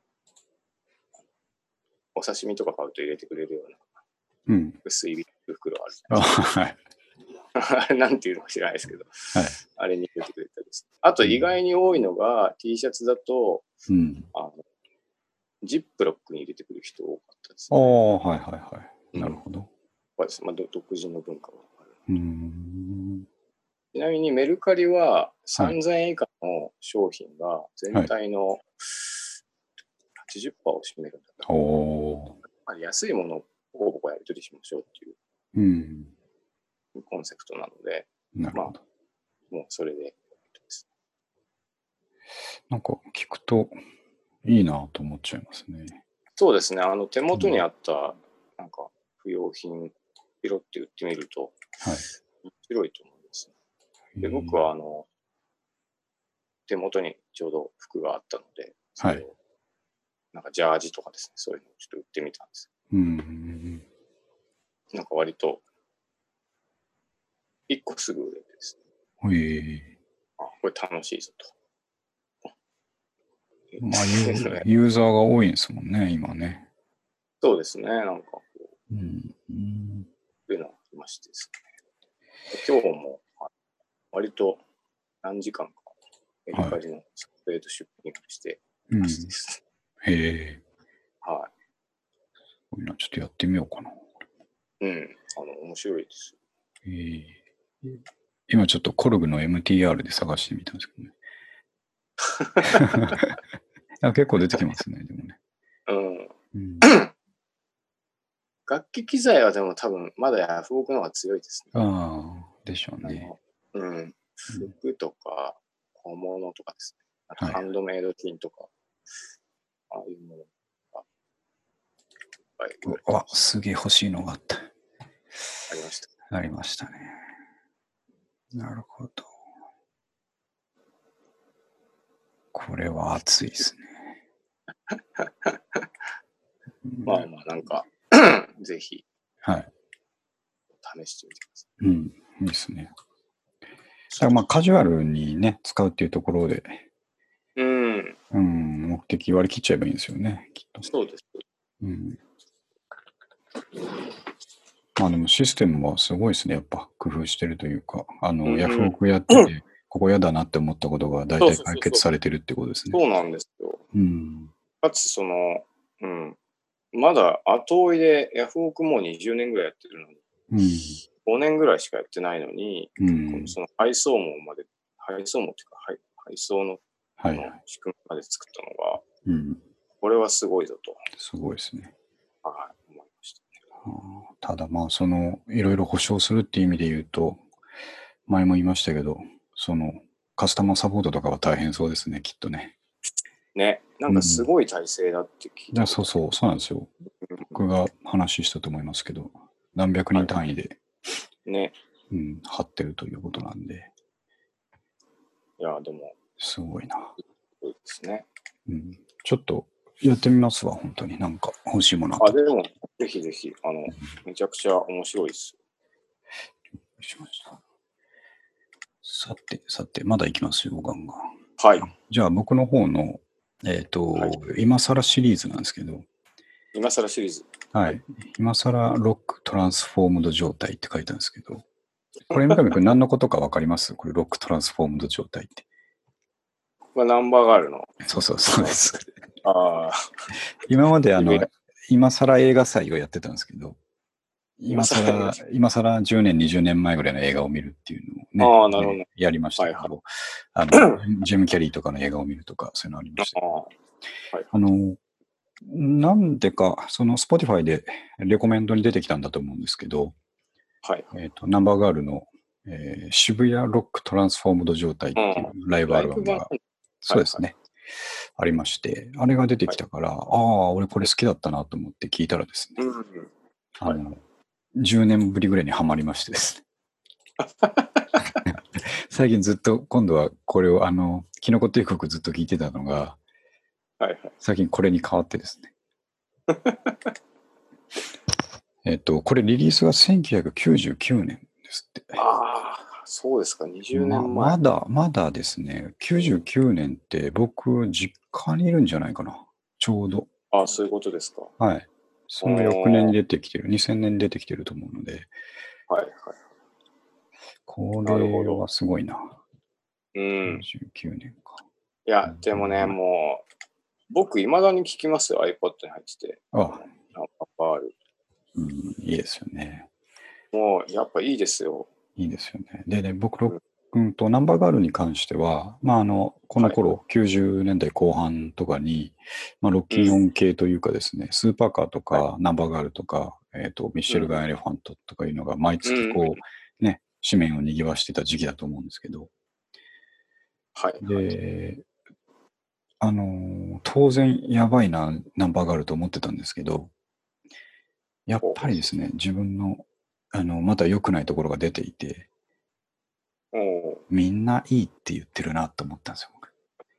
お刺身とか買うと入れてくれるような、うん、薄い袋あるじゃないですか。はい。あれなんていうのか知らないですけど、はい、あれに入れてくれたりです。あと意外に多いのが、うん、T シャツだと、うん、あのジップロックに入れてくる人多かったですね。ああ、はいはいはい。なるほど。うんまあ、独自の文化がある。うんちなみにメルカリはさんぜんえん以下の商品が全体のはちじゅっパーセントを占めるんだと。おまあ、安いものをボコボコやり取りしましょうっていう、うん、コンセプトなので、なるほど。まあ、もうそれで。 なんか聞くといいなと思っちゃいますね。 そうですね。あの手元にあったなんか不用品ピロって売ってみると、はい、面白いと思いますね。で、僕はあの手元にちょうど服があったので、それを、はい、なんかジャージとかですね、そういうのをちょっと売ってみたんです。うん。なんか割といっこすぐ売れてですね。へえ。あ、これ楽しいぞと。 まあユー、ユーザーが多いんですもんね、今ね。 そうですね、なんかこう、 うん、うん、 そういうのがありましてですね。今日も、割と何時間か、メルカリの撮影と出品してましてですね。うん、へえ。 はい。 こういうのちょっとやってみようかな。 うん、あの、面白いです。 えー、今ちょっとコルグの エムティーアール で探してみたんですけどね。結構出てきますね、でもね。 うん。うん、楽器機材はでも多分まだヤフオクの方が強いですね。 ああ、でしょうね。 うん。服とか小物とかですね。あとハンドメイド品とか、はい、ああいうものが。 わ、すげえ欲しいのがあった。 ありました。 ありましたね。なるほど。これは熱いですね。 まあまあ、なんか、ぜひ、 はい。 試してみてください。うん、いいですね。だからまあ、カジュアルにね、使うっていうところで、 うん。 うん、目的割り切っちゃえばいいんですよね、きっと。 そうです。 うん。まあでもシステムはすごいですね、やっぱ工夫してるというか、あの、うん、ヤフオクやってて、ここ嫌だなって思ったことが大体解決されてるってことですね。 そうなんですよ。 うん。 かつ、その、うん。まだ後追いでヤフオクもうにじゅうねんぐらいやってるのに、うん、ごねんぐらいしかやってないのに、うん、その配送網まで、配送網っていうか、配配送の、はいはい、仕組みまで作ったのが、うん、これはすごいぞと。 すごいですね。 はい、思いましたね。 ただまあ、その、いろいろ保証するっていう意味で言うと、前も言いましたけど、その、カスタマーサポートとかは大変そうですね、きっとね。 ね、なんかすごい体制だって聞いた、 うん。そうそう、そうなんですよ。僕が話したと思いますけど、何百人単位で、 はい、ね、 うん、張ってるということなんで。 いや、でも、 すごいな。 そうですね。 うん、ちょっとやってみますわ、本当に。なんか欲しいものあ、でも、ぜひぜひ、あの、めちゃくちゃ面白いです。 しました。さて、さて、まだ行きますよ、ガンガン。 はい。 じゃあ、僕の方の、えっ、ー、と、はい、今更シリーズなんですけど。 今更シリーズ。 はい。今更ロックトランスフォームド状態って書いたんですけど、これ、三上君何のことか分かります？これ、ロックトランスフォームド状態って。 これナンバーガールの。 そうそう、そうです。 ああ。 今まで、あの、今更映画祭をやってたんですけど、今更、今更じゅうねん、にじゅうねんまえぐらいの映画を見るっていうのをね、 あなるほどねやりましたけど、はいはい、あの、ジム・キャリーとかの映画を見るとか、そういうのありましたけど、あ、はい、あの、なんでか、その Spotify でレコメンドに出てきたんだと思うんですけど、 はい、 えっと、ナンバーガールの、えー、渋谷ロックトランスフォームド状態っていうライブアルバムが、そうですね、はいはい、ありまして、あれが出てきたから、はい、ああ、俺これ好きだったなと思って聞いたらですね、うん、あの、はい、じゅうねんぶりぐらいにはまりましてですね。最近ずっと、今度はこれを、あの、キノコ帝国ずっと聞いてたのが、はいはい、最近これに変わってですね。えっと、これリリースがせんきゅうひゃくきゅうじゅうきゅうねんですって。 ああ、そうですか、にじゅうねんまえ。 ま、まだ、まだですね、きゅうじゅうきゅうねんって僕、実家にいるんじゃないかな、ちょうど。 ああ、そういうことですか。 はい。その翌年に出てきてる、にせんねんに出てきてると思うので。 はいはい。 これはすごいな。 うん。 きゅうじゅうきゅうねんか。 いや、でもね、うん、もう、僕、いまだに聞きますよ、iPod に入ってて。 ああ。 ナンバーある。 うん、いいですよね。 もう、やっぱいいですよ。 いいですよね。でね、僕、ロックとナンバーガールに関しては、まあ、あの、この頃、はい、きゅうじゅうねんだいこう半とかに、まあ、ロッキンオン系というかですね、うん、スーパーカーとか、はい、ナンバーガールとか、えっと、ミッシェルガン・エレファントとかいうのが、毎月こう、うん、ね、紙面を賑わしてた時期だと思うんですけど。 はい。 で、あの、当然やばいな、ナンバーガールと思ってたんですけど、やっぱりですね、自分の、あの、まだ良くないところが出ていて、みんないいって言ってるなと思ったんですよ、僕。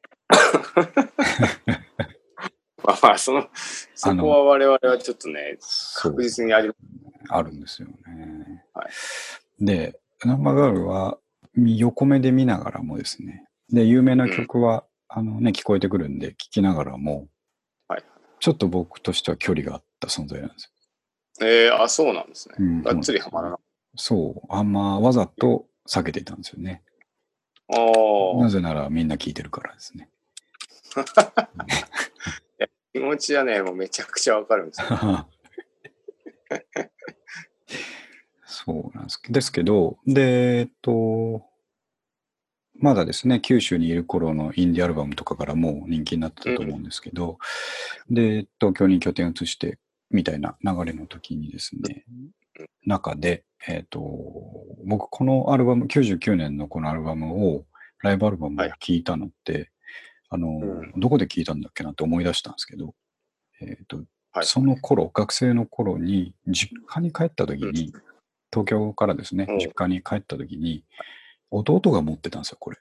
まあまあ、その、そこは我々はちょっとね、確実にあります。 あるんですよね。 はい、 で、ナンバーガールは横目で見ながらもですね、で、有名な曲は、 あのね、聞こえてくるんで、聞きながらも、 はい、 ちょっと僕としては距離があった存在なんですよ。えー、あ、そうなんですね。 うん、 がっつりはまらなかっそう、あんまわざと避けていたんですよね。 た。あなぜならみんな聞いてるからですね。 気持ちはね、もうめちゃくちゃわかるんですよ。 そうなんです。ですけど、で、えっと、まだですね、九州にいる頃のインディアルバムとかからもう人気になってたと思うんですけど、うん、で、東京に拠点を移してみたいな流れの時にですね、中で、えっと、僕このアルバム、きゅうじゅうきゅうねんのこのアルバムを、ライブアルバムを聴いたのって、はい、あの、うん、どこで聴いたんだっけなって思い出したんですけど、えっと、はい、その頃、学生の頃に、実家に帰った時に、うん、東京からですね、実家に帰った時に、弟が持ってたんですよ、これ。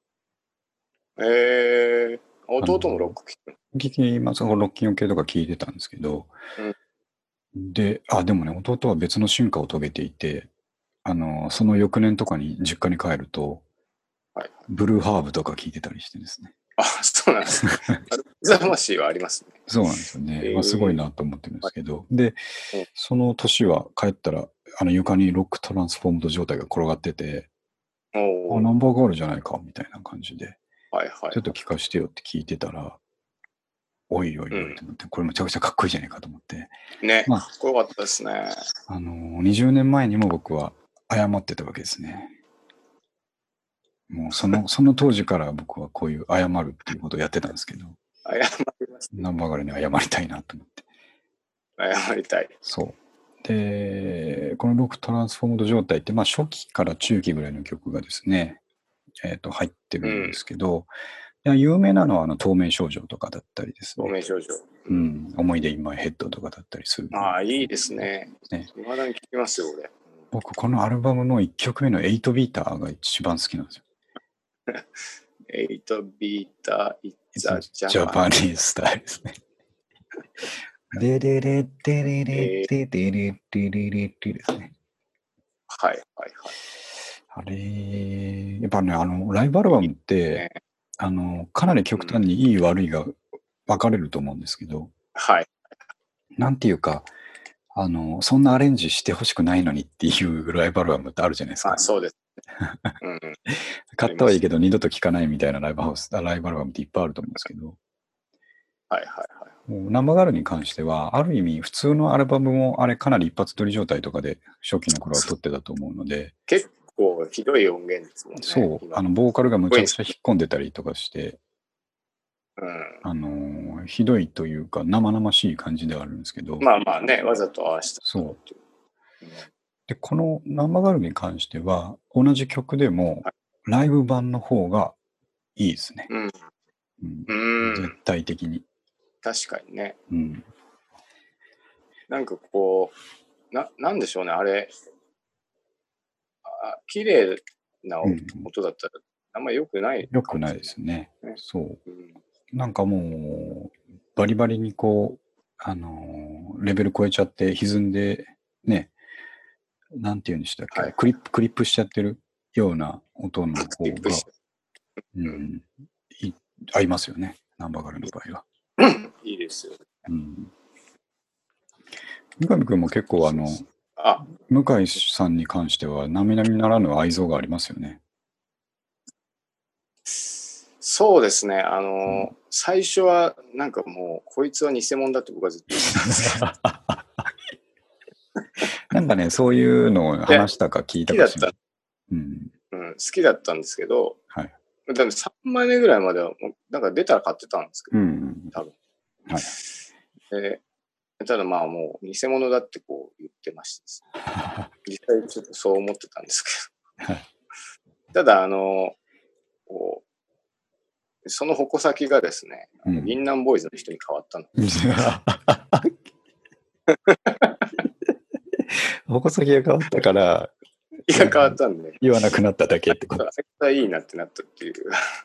えー、弟もロック聴く聞きます。ロッキン系とか聞いてたんですけど、うん、で、あ、でもね、弟は別の進化を遂げていて、あの、その翌年とかに実家に帰ると、はい、ブルーハーブとか聞いてたりしてですね。 あ、そうなんですね。魂はありますね。 そうなんですよね。えー、まあ、すごいなと思ってるんですけど、はい、で、うん、その年は帰ったら、あの床にロックトランスフォームド状態が転がってて、あ、ナンバーガールじゃないかみたいな感じで、はいはいはい、ちょっと聞かしてよって聞いてたら、おいおいおいと思って、うん、これめちゃくちゃかっこいいじゃないかと思って。 ね、まあ、かっこよかったですね。 あの、にじゅうねんまえにも僕は謝ってたわけですね。もうその、その当時から僕はこういう謝るっていうことをやってたんですけど、 謝ります、ね。 ナンバーガールに謝りたいなと思って。 謝りたい。 そう。で、このロックトランスフォームド状態って、まあ初期から中期ぐらいの曲がですね、えっと、入ってるんですけど、うん、いや有名なのはあの透明少女とかだったりですね。 透明少女。 うん。うん、思い出インマイヘッドとかだったりする。 ああ、いいですね。ね。未だに聴きますよ、俺。 僕、このアルバムのいっきょくめのエイトビーターが一番好きなんですよ。 エイトビーター、It's a Japanese style ですね。デレレデレレデレレデレレデですね。 はいはいはい。 あれ、やっぱね、あの、ライブアルバムって、ね、あの、かなり極端にいい悪いが分かれると思うんですけど、 はい。 なんていうか、あの、そんなアレンジしてほしくないのにっていうライブアルバムってあるじゃないですか。 あ、そうです。うん、 買ったはいいけど二度と聴かないみたいなライブハウス、ライブアルバムっていっぱいあると思うんですけど、 はいはいはい。 もうナンバーガールに関しては、ある意味普通のアルバムもあれかなり一発撮り状態とかで初期の頃は撮ってたと思うので、 結構ひどい音源ですもんね。 そう、あの、ボーカルがむちゃくちゃ引っ込んでたりとかして、 うん、 あの、ひどいというか生々しい感じではあるんですけど、 まあまあね、わざと合わせた。 そう。で、このナンバーガールに関しては、同じ曲でも、ライブ版の方がいいですね。 うん。 うん、絶対的に。 確かにね。 うん。 なんかこう、な、なんでしょうね、あれ、あ、綺麗な音だったら、あんまり良くない、 良くないですね。ね、そう、うん。なんかもう、バリバリにこう、あのー、レベル超えちゃって歪んで、ね、なんていうんでしたっけ、はい、クリップ、クリップしちゃってるような音の方が、うん、い合いますよね、ナンバーガールの場合は。 いいですよ、ね。 うん。三上君も結構あの、あ向井さんに関しては、並々ならぬ愛憎がありますよね。 そうですね。あの、うん、最初はなんかもう、こいつは偽物だって僕はずっと言ってたんですけど。 なんかね、そういうのを話したか聞いたかしら。 うん、うん、好きだったんですけど、はい。だってさんまいめぐらいまでは、なんか出たら買ってたんですけど、うん、多分。はい。で、ただまあもう偽物だってこう言ってましたです、ね。実際ちょっとそう思ってたんですけど。はい、ただあの、こう、その矛先がですね、うん、銀杏ボーイズの人に変わったの。 矛先が変わったから、 いや変わったんで。 言わなくなっただけってこと。 絶対いいなってなったっていう。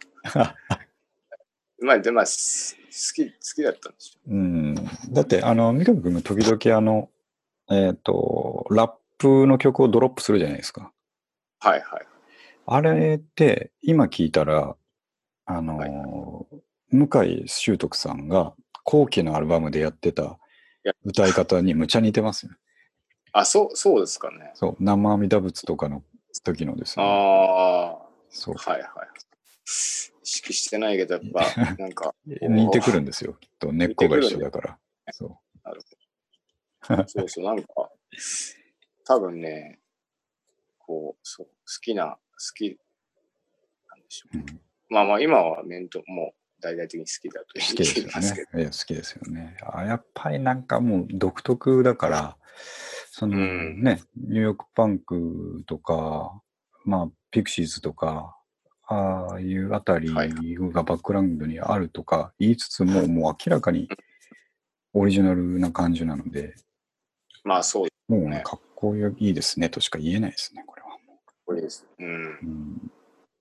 まあでまあ好き好きだったんですよ。 うん。だってあの三上君が時々あのえっ、ー、とラップの曲をドロップするじゃないですか。 はいはい。 あれって今聞いたらあのーはい、向井秀徳さんが後期のアルバムでやってた歌い方にむちゃ似てますよ。 あ、そう、そうですかね。 そう、生阿弥陀仏とかの時のですね。 ああ、 そう。 はいはい。意識してないけど、やっぱ、なんか。 似てくるんですよ、きっと。根っこが一緒だから。そう。 なるほど。そうそう、なんか、多分ね、こう、そう、好きな、好き、なんでしょう。うん、まあまあ、今は面倒、もう、大々的に好きだと言いますけど。 好きですよね。好きですよね。あ、やっぱりなんかもう独特だから、その、うん、ね、ニューヨークパンクとか、まあ、ピクシーズとか、ああいうあたりがバックグラウンドにあるとか言いつつも、もう明らかにオリジナルな感じなので、 まあそうですね。もうかっこいいですねとしか言えないですね、これは。かっこいいです。うん。うん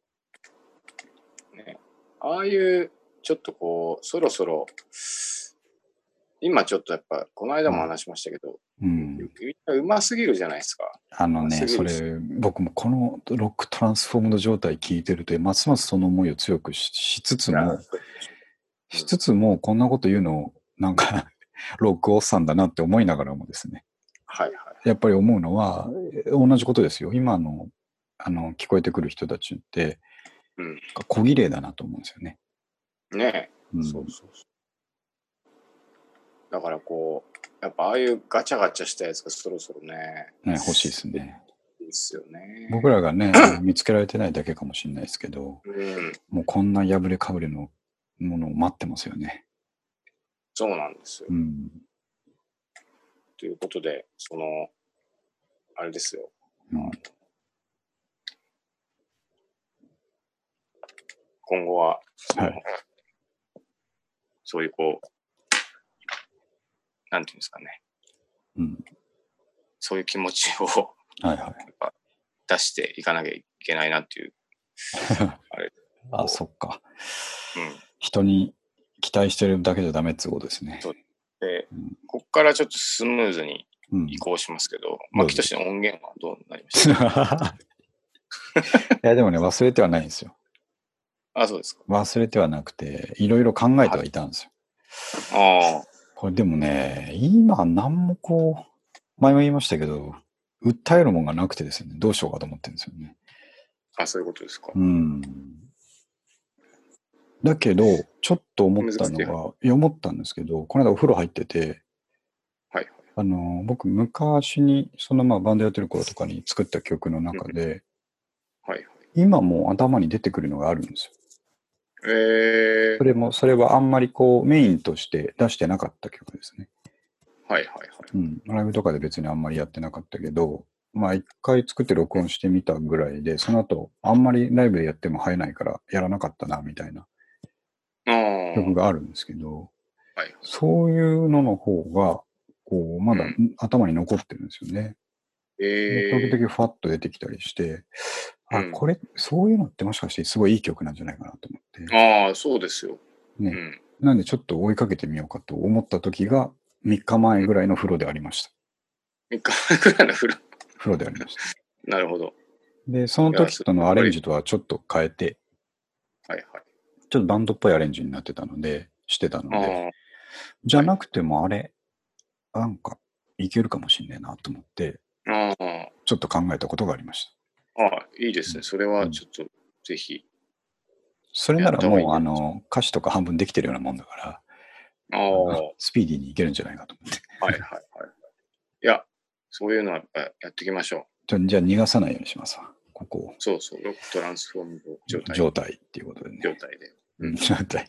ね、ああいう、ちょっとこう、そろそろ、今ちょっとやっぱ、この間も話しましたけど、うん、うますぎるじゃないですか。 あのね、それ、僕もこのロックトランスフォームド状態聞いてると、ますますその思いを強く し, しつつも、しつつも、こんなこと言うの、なんか、ロックおっさんだなって思いながらもですね。 はいはい。 やっぱり思うのは、同じことですよ。今の、あの、聞こえてくる人たちって、うん、小綺麗だなと思うんですよね。 ねえ、うん、そうそうそう。だからこう、やっぱああいうガチャガチャしたやつがそろそろね。 ね、欲しいですね。 いいですよね。 僕らがね、見つけられてないだけかもしれないですけど、うん、もうこんな破れかぶれのものを待ってますよね。 そうなんですよ。うん、ということで、その、あれですよ。うん、今後はその、はい、そういうこう、なんていうんですかね。うん、そういう気持ちをはい、はい、出していかなきゃいけないなっていう。 あれあ、そっか、うん。人に期待してるだけじゃダメってことですね。そうで、うん、ここからちょっとスムーズに移行しますけど、うん、まあ、きとしの音源はどうなりましたか？ いや、でもね、忘れてはないんですよ。 あ、そうですか。 忘れてはなくて、いろいろ考えてはいたんですよ。ああ。これでもね、今何もこう、前も言いましたけど、訴えるもんがなくてですね、どうしようかと思ってるんですよね。 あ、そういうことですか。 うん。だけど、ちょっと思ったのが、いや、思ったんですけど、この間お風呂入ってて、はい、あの、僕、昔に、そのまあバンドやってる頃とかに作った曲の中で、はい、今も頭に出てくるのがあるんですよ。えー、それも、それはあんまりこう、メインとして出してなかった曲ですね。はいはいはい。うん。ライブとかで別にあんまりやってなかったけど、まあ一回作って録音してみたぐらいで、その後、あんまりライブでやっても映えないからやらなかったな、みたいな曲があるんですけど、はい、そういうのの方が、こう、まだ頭に残ってるんですよね。えー、時々ファッと出てきたりして、あ、これ、そういうのってもしかしてすごいいい曲なんじゃないかなと思って。 ああ、そうですよ。 ね、うん。なんでちょっと追いかけてみようかと思った時がみっかまえぐらいの風呂でありました。 みっかまえぐらいの風呂風呂でありました。 なるほど。 で、その時とのアレンジとはちょっと変えて、はいはい。ちょっとバンドっぽいアレンジになってたので、してたので、じゃなくてもあれ、なんかいけるかもしんねえなと思って、あちょっと考えたことがありました。 ああ、いいですね。それはちょっと、ぜひ。 それならもう、あの、歌詞とか半分できてるようなもんだから、あスピーディーにいけるんじゃないかと思って。 はいはいはい。いや、そういうのはやっぱやっていきましょう。じゃあ逃がさないようにしますわ、ここを。 そうそう、ロックトランスフォーム状態。 状態っていうことでね。 状態で。 うん、状態。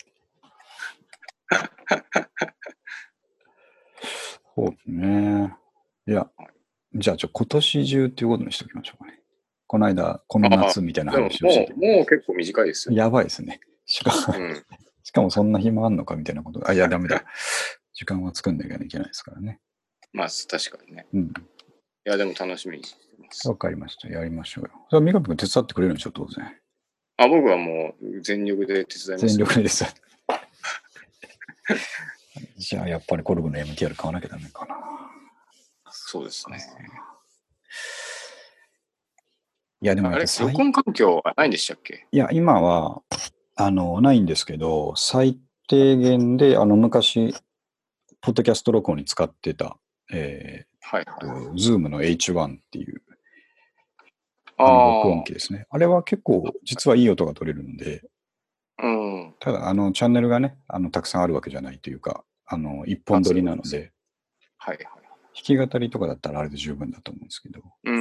そうですね。いや、はい、じゃあちょ、今年中っていうことにしておきましょうかね。この間、この夏みたいな話をしてて。 もう、もう結構短いですよ。 やばいですね。しかも、うん、しかもそんな暇あんのかみたいなこと。あ、いや、ダメだ。時間は作んなきゃいけないですからね。 まあ、確かにね。うん。いや、でも楽しみにしてます。 わかりました。やりましょうよ。それは三上君手伝ってくれるんでしょ、当然。 あ、僕はもう全力で手伝います。 全力で手伝う。じゃあ、やっぱりコルグの エムティーアール 買わなきゃダメかな。 そうですね。 いや、でもやっぱあれ、録音環境はないんでしたっけ？ いや、今は、 あの、ないんですけど、最低限で、あの、昔、ポッドキャスト録音に使ってた、えー、はいはい、ズームの エイチワン っていう、あの、録音機ですね。あれは結構、実はいい音が取れるので、うん、ただ、あの、チャンネルがね、あの、たくさんあるわけじゃないというか、あの、一本撮りなので、はいはい。弾き語りとかだったらあれで十分だと思うんですけど、うん。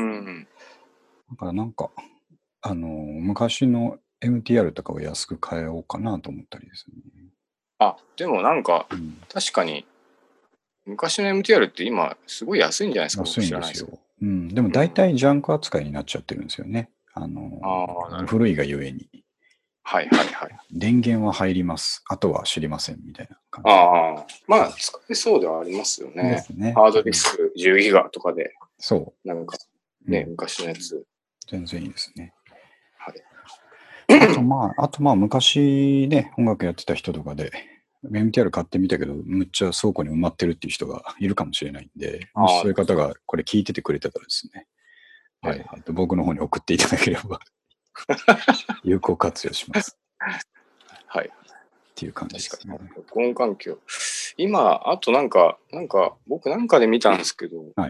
だからなんか、あの、昔の エムティーアール とかを安く買えようかなと思ったりですね。 あ、でもなんか、うん、確かに、昔の エムティーアール って今、すごい安いんじゃないですか。 安いんですよ。うん。でも大体ジャンク扱いになっちゃってるんですよね。あの、あ古いがゆえに。はいはいはい。電源は入ります。あとは知りませんみたいな感じ。 ああ、まあ、使えそうではありますよね。ですね。ハードディスクじゅうギガとかで。 そう。 なんか、ね、うん、昔のやつ。 全然いいですね。はい。あとまあ、あとまあ、昔ね、音楽やってた人とかで、エムティーアール 買ってみたけど、むっちゃ倉庫に埋まってるっていう人がいるかもしれないんで、もしそういう方がこれ聞いててくれてたらですね、はい、えっと僕の方に送っていただければ、有効活用します。はい。っていう感じですね。 録音環境。今、あとなんか、なんか、僕なんかで見たんですけど、はい。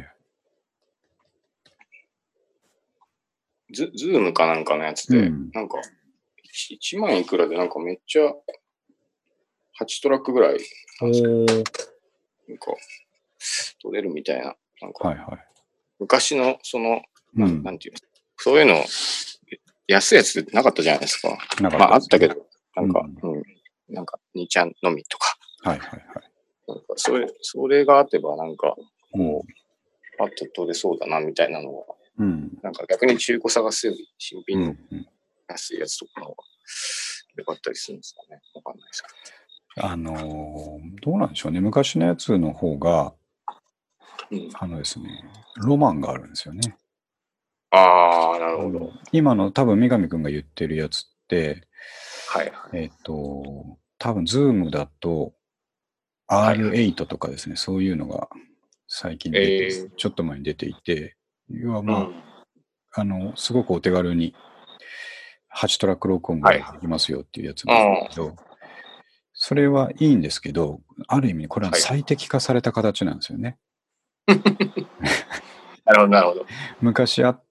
ズ、ズームかなんかのやつで、うん、なんか、いちまんいくらでなんかめっちゃ、はちトラックぐらいなんですけど、なんか、撮れるみたいな、なんか、はいはい、昔の、その、うん、なんていうの、そういうの、安いやつってなかったじゃないですか。なかったですね。まあ、あったけど、なんか、うん、うん、なんか、にちゃんのみとか。はいはいはい。なんかそれ、それがあってば、なんか、こう、パッと撮れそうだな、みたいなのは、うん、なんか逆に中古探すより、新品の安いやつとかの方が良かったりするんですかね。わかんないですけど。あのー、どうなんでしょうね。昔のやつの方が、うん、あのですね、ロマンがあるんですよね。 ああ、なるほど。うん、 今の多分三上くんが言ってるやつって、はいはい、えっと、多分ズームだと アールエイト とかですね、はいはい、そういうのが最近出て、えー、ちょっと前に出ていて、要はまあ、うん、あの、すごくお手軽にはちトラック録音ぐらいできますよっていうやつなんですけど、はい、それはいいんですけど、ある意味これは最適化された形なんですよね。 はい、なるほど、なるほど。 昔あった、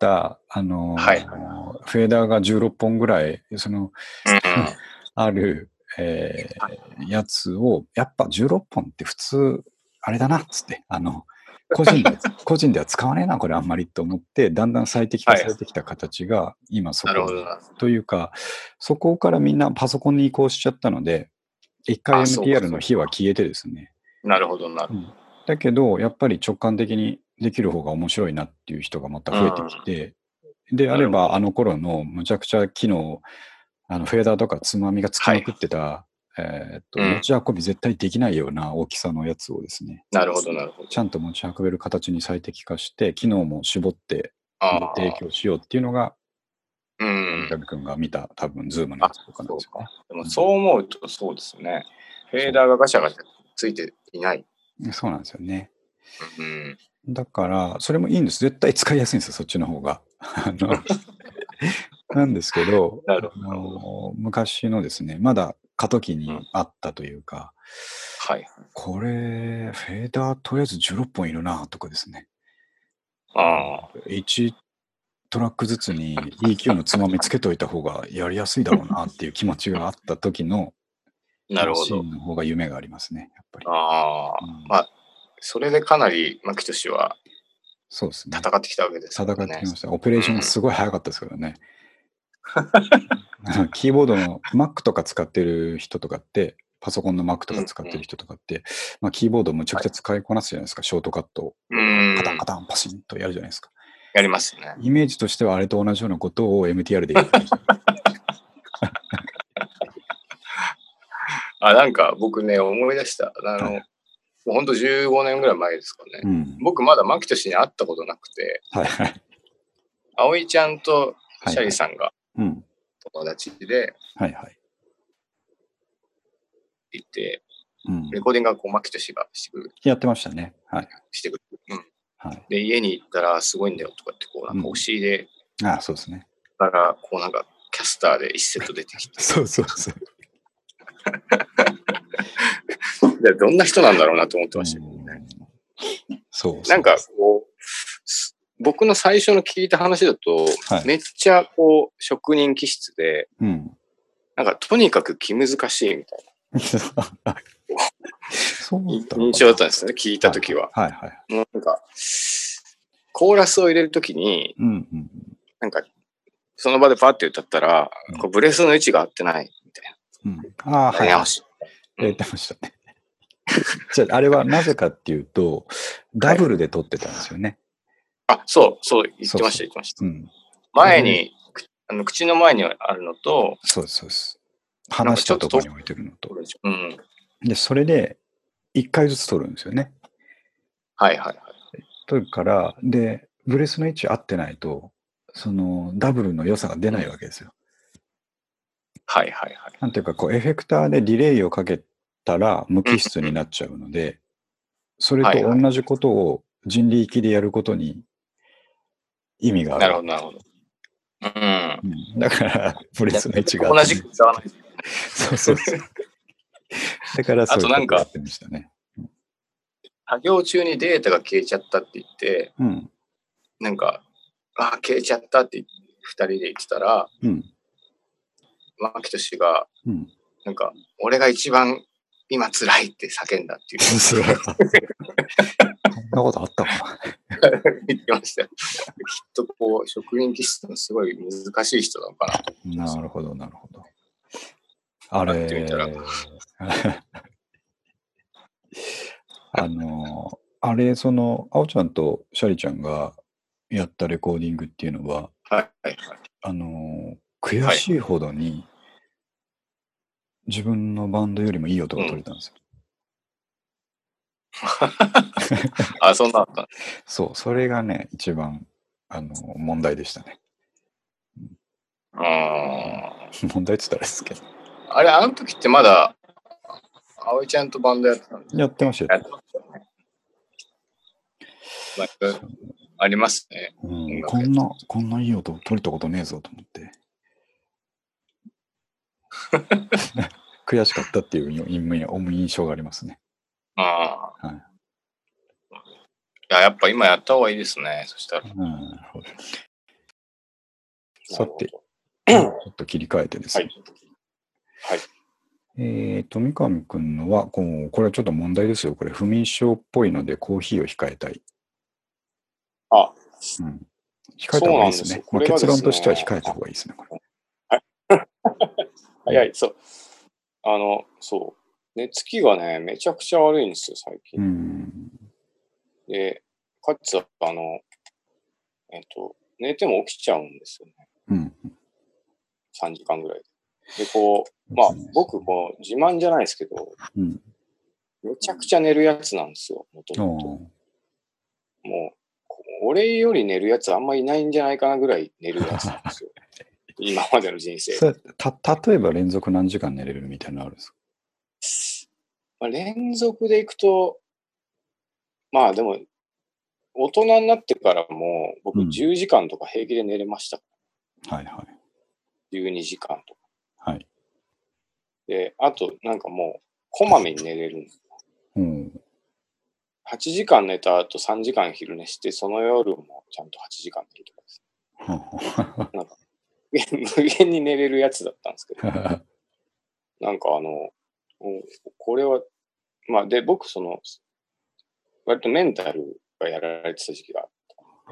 あの、はい、フェーダーがじゅうろっぽんぐらい、その、うん、ある、えー、やつを、やっぱじゅうろっぽんって普通、あれだなっつって、あの、個人で、個人では使わねえな、これあんまりと思って、だんだん最適化されてきた形が、今そこ、というか、そこからみんなパソコンに移行しちゃったので、一回 エムティーアール の火は消えてですね。 なるほど、なるほど。 だけど、やっぱり直感的にできる方が面白いなっていう人がまた増えてきて、うん、であれば、あの頃のむちゃくちゃ機能、あのフェーダーとかつまみがつきまくってた、はい、えー、っと、うん、持ち運び絶対できないような大きさのやつをですね、 なるほど、なるほど。 ちゃんと持ち運べる形に最適化して、機能も絞って提供しようっていうのが、うん、三上君が見た多分、ズームのやつとかなんですよね。 でもそう思うとそうですね。フェーダーがガシャガシャついていない。 そうなんですよね。うん、だから、それもいいんです。絶対使いやすいんですよ、そっちの方が。あのなんですけど、あの昔のですね、まだ過渡期にあったというか、うん、はい、これ、フェーダーとりあえずじゅうろっぽんいるなとかですね。ああ。いちトラックずつに イーキュー のつまみつけといた方がやりやすいだろうなっていう気持ちがあった時のなるほど。 マシンの方が夢がありますね、やっぱり。 ああ、うん、まあ、それでかなり牧俊はそうですね。 戦ってきたわけですね。 戦ってきました。オペレーションがすごい早かったですからね。うん、キーボードの Mac とか使ってる人とかって、パソコンの Mac とか使ってる人とかって、うんうん、まあ、キーボードむちゃくちゃ使いこなすじゃないですか、はい、ショートカットを。カタンカタンパシンとやるじゃないですか。 やりますね。 イメージとしてはあれと同じようなことを エムティーアール でやってました。 あ、なんか僕ね、思い出した。あの、はい、もうほんとじゅうごねんぐらい前ですかね。うん、僕まだ牧俊に会ったことなくて、はいはい、葵ちゃんとシャリさんが友達で、はいはい、いて、うん、レコーディングがこう牧俊がしてくる。 やってましたね。はい。 してくる。うんはい、で、家に行ったらすごいんだよとかって、こう、なんか押し入れ、 うん、ああ、そうですね。 から、こうなんかキャスターで一セット出てきて。 そうそうそう。 でどんな人なんだろうなと思ってましたけどね。 そうそうなんかこう、僕の最初の聞いた話だと、はい、めっちゃこう職人気質で、うん、なんかとにかく気難しいみたいなそう印象だったんですよね、聞いたときは。はいはいはい、もうなんかコーラスを入れるときに、うんうん、なんかその場でパッて歌ったら、うん、こうブレスの位置が合ってないみたいな。 うん、ああ、はい、はい。言ってましたね。じゃあ、あれはなぜかっていうと、ダブルで撮ってたんですよね。 はい、あ、そう、そう、言ってました、言ってました。うん、前に、あの口の前にあるのと、 そうです、そうです。離したところに置いてるのと。うん、で、それで、いっかいずつ撮るんですよね。 はいはいはい。 撮るから、で、ブレスの位置合ってないと、その、ダブルの良さが出ないわけですよ。うん、 はいはいはい。 なんていうか、こう、エフェクターでディレイをかけたら無機質になっちゃうので、うん、それと同じことを人力でやることに意味がある。 なるほど、なるほど。うん。 だから、ブレスの位置が同じく使わない。 そうそうそう。だから、そういうことやってましたね。 作業中にデータが消えちゃったって言って、うん、なんか、ああ、消えちゃったってふたりで言ってたら、うん、牧俊が、うん、なんか、俺が一番今辛いって叫んだっていう。そんなことあったかな言ってましたよ。きっとこう、職人気質のすごい難しい人なのかなと思って。 なるほど、なるほど。あれ、あの、あれ、その、あおちゃんとシャリちゃんがやったレコーディングっていうのは、 はいはいはい、 あの、悔しいほどに、自分のバンドよりもいい音が取れたんですよ。 うん、あ、そんなあった。 そう、それがね、一番、あの、問題でしたね。 ああ。 問題って言ったらですけど。 あれ、あの時ってまだ、葵ちゃんとバンドやってたんですか？ やってましたよ。 まあ、ありますね。 うん、こんな、こんないい音取れたことねえぞと思って。悔しかったっていう印象がありますね。 ああ。はい。いや、やっぱ今やった方がいいですね。そしたら。うん、 さて、ちょっと切り替えてですね。 はい。はい、 えっと、三上くんのはこう、これはちょっと問題ですよ。これ、不眠症っぽいのでコーヒーを控えたい。 あ、 うん。控えた方がいいですね。まあ、結論としては控えた方がいいですね、これ。 はい。早い、そう。あの、そう。寝つきがね、めちゃくちゃ悪いんですよ、最近。うん、で、かつ、あの、えっと、寝ても起きちゃうんですよね。うん。さんじかんぐらいで。で、こう、まあ、僕、こう、自慢じゃないですけど、うん、めちゃくちゃ寝るやつなんですよ、もともと。もう、俺より寝るやつあんまいないんじゃないかなぐらい寝るやつなんですよ。今までの人生。 た、例えば連続何時間寝れるみたいなのあるんですか？ まあ、連続でいくと、まあでも、大人になってからも、僕じゅうじかんとか平気で寝れました。 うん、はいはい。 じゅうにじかんとか。 はい。 で、あと、なんかもう、こまめに寝れるんですよ。うん。はちじかん寝た後さんじかん昼寝して、その夜もちゃんとはちじかん寝るとかです。なんか、無限に寝れるやつだったんですけど。なんかあの、これは、まあ、で、僕、その、割とメンタルがやられてた時期があった。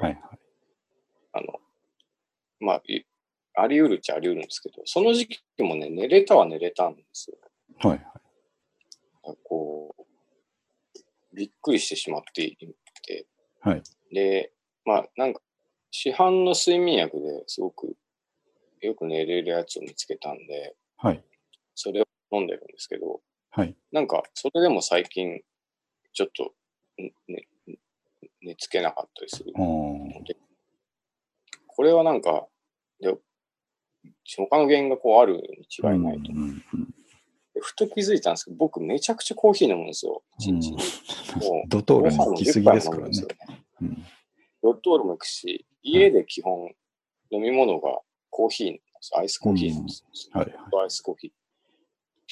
はいはい。あの、まあ、あり得るっちゃあり得るんですけど、その時期もね、寝れたは寝れたんですよ。はいはい。こう、びっくりしてしまっていて。はい。で、まあ、なんか、市販の睡眠薬ですごくよく寝れるやつを見つけたんで、はい。それを飲んでるんですけど、はい。なんか、それでも最近、ちょっと、ね、寝つけなかったりするので、これはなんか、で他の原因がこうあるに違いないと。うんうんうん、ふと気づいたんですけど、僕めちゃくちゃコーヒー飲むんですよ、一日に。もうドトールに行き過ぎですからね。うん、ドトールも行くし、家で基本飲み物がコーヒーなんです。アイスコーヒーなんです。うん、はいはい、アイスコーヒー。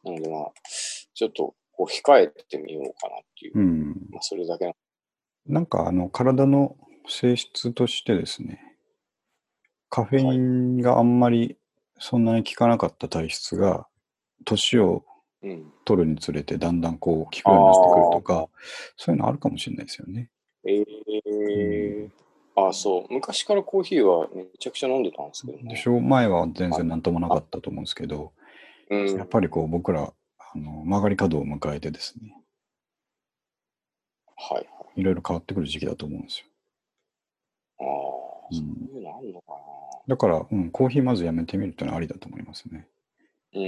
なのでまあ、ちょっとこう控えてみようかなっていう。うん、まあ、それだけの。 なんかあの、体の性質としてですね、カフェインがあんまりそんなに効かなかった体質が、年を取るにつれてだんだんこう効くようになってくるとか、そういうのあるかもしれないですよね。 ええー、うん、あ、そう。昔からコーヒーはめちゃくちゃ飲んでたんですけどね。 でしょ、前は全然なんともなかったと思うんですけど、うん、やっぱりこう僕らあの曲がり角を迎えてですね、 はいはい。 いろいろ変わってくる時期だと思うんですよ。 ああ、うん、そういうのあるのかな。 だから、うん、コーヒーまずやめてみるってのはありだと思いますね。 うん。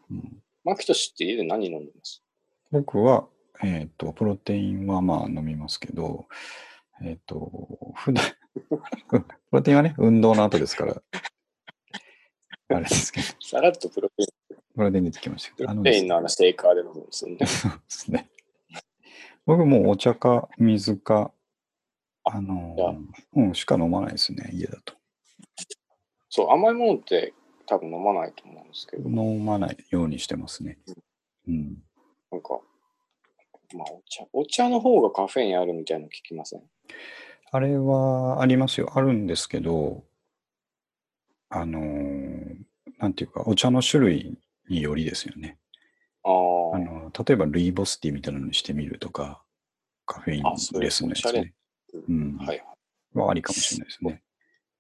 うん。マキトシって家で何飲んでます？ 僕は、えっ、ー、と、プロテインはまあ飲みますけど、えっ、ー、と、普段プロテインはね、運動の後ですから、あれですけど。 さらっとプロテイン。 プロテイン出てきましたけど。プロテインのあのシェイカーで飲むんですよね。 そうですね。僕もうお茶か水か、あのー、うん、しか飲まないですね、家だと。 そう、甘いものって多分飲まないと思うんですけど。 飲まないようにしてますね。うん。うん、 なんか、まあお茶、お茶の方がカフェインあるみたいなの聞きません？ あれはありますよ。あるんですけど、あのー、なんていうか、お茶の種類によりですよね。ああの、例えばルイボスティーみたいなのにしてみるとか、カフェインレスのやつね。うん。はい。はありかもしれないですね。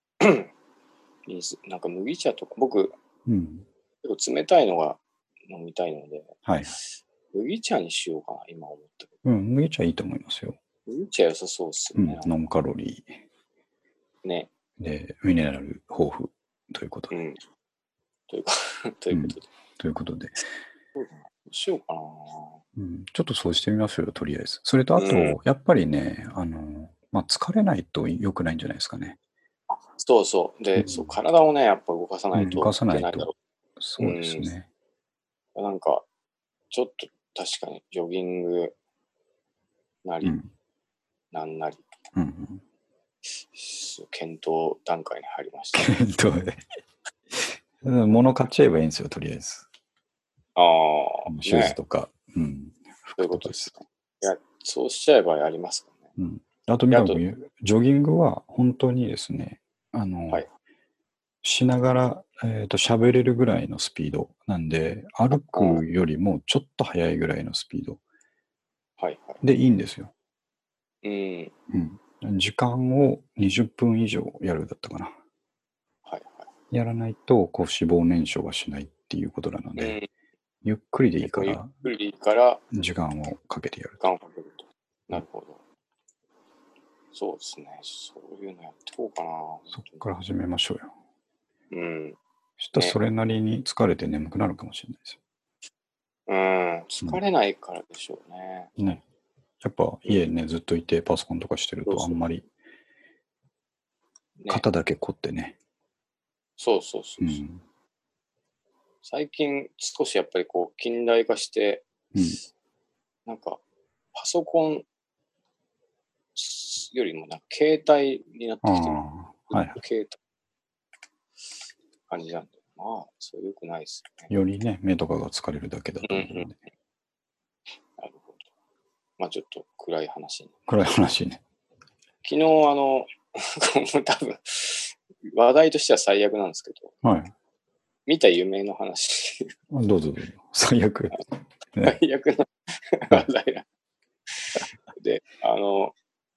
なんか麦茶とか、僕、 うん、 結構冷たいのが飲みたいので、 はい。 麦茶にしようかな、今思ったけど。うん、麦茶いいと思いますよ。 麦茶良さそうっすよね。 うん、ノンカロリー。ね。 で、ミネラル豊富ということで。うん、 というかということで、うん。 ということで。 どうしようかな、 うん。ちょっとそうしてみましょうよ、とりあえず。それと、あと、うん、やっぱりね、あの、まあ、疲れないと良くないんじゃないですかね。 そうそう。で、うん、そう、体をね、やっぱ動かさないといけないだろう。そうですね、 うん。なんか、ちょっと確かにジョギングなり、うん、なんなり、うんうん、検討段階に入りました、ね。 検討で。物買っちゃえばいいんですよ、とりあえず。 ああ、 シューズとか。ね、うん。 そういうことですね。いや、そうしちゃえばやりますかね。 うん。あと、みたくジョギングは本当にですね、あの、はい、しながら、えっと、喋れるぐらいのスピードなんで、歩くよりもちょっと速いぐらいのスピード。はいはい。でいいんですよ。うん。うん。時間をにじゅっぷん以上やるだったかな。はいはい。やらないと、こう、脂肪燃焼はしないっていうことなので、うん、ゆっくりでいいから、ゆっくりでいいから、 時間をかけてやる。 時間をかけると。なるほど。そうですね。そういうのやっていこうかな。 そこから始めましょうよ。 うん。 そしたらそれなりに疲れて眠くなるかもしれないですよ。 うん、疲れないからでしょうね。 うん、ね。やっぱ家ね、うん、ずっといてパソコンとかしてるとあんまり肩だけ凝ってね。 そうそうそうそう、うん。最近少しやっぱりこう近代化して、うん、なんかパソコンよりもなんか携帯になってきてる。はい、携帯感じなんで、まあ、そう良くないですよね。よりね、目とかが疲れるだけだと思うので。うんうん、なるほど。まあちょっと暗い話に。 暗い話ね。 昨日あの、多分、話題としては最悪なんですけど、はい。見た夢の話。 どうぞどうぞ。最悪。 ね、最悪な話題な。で、あの、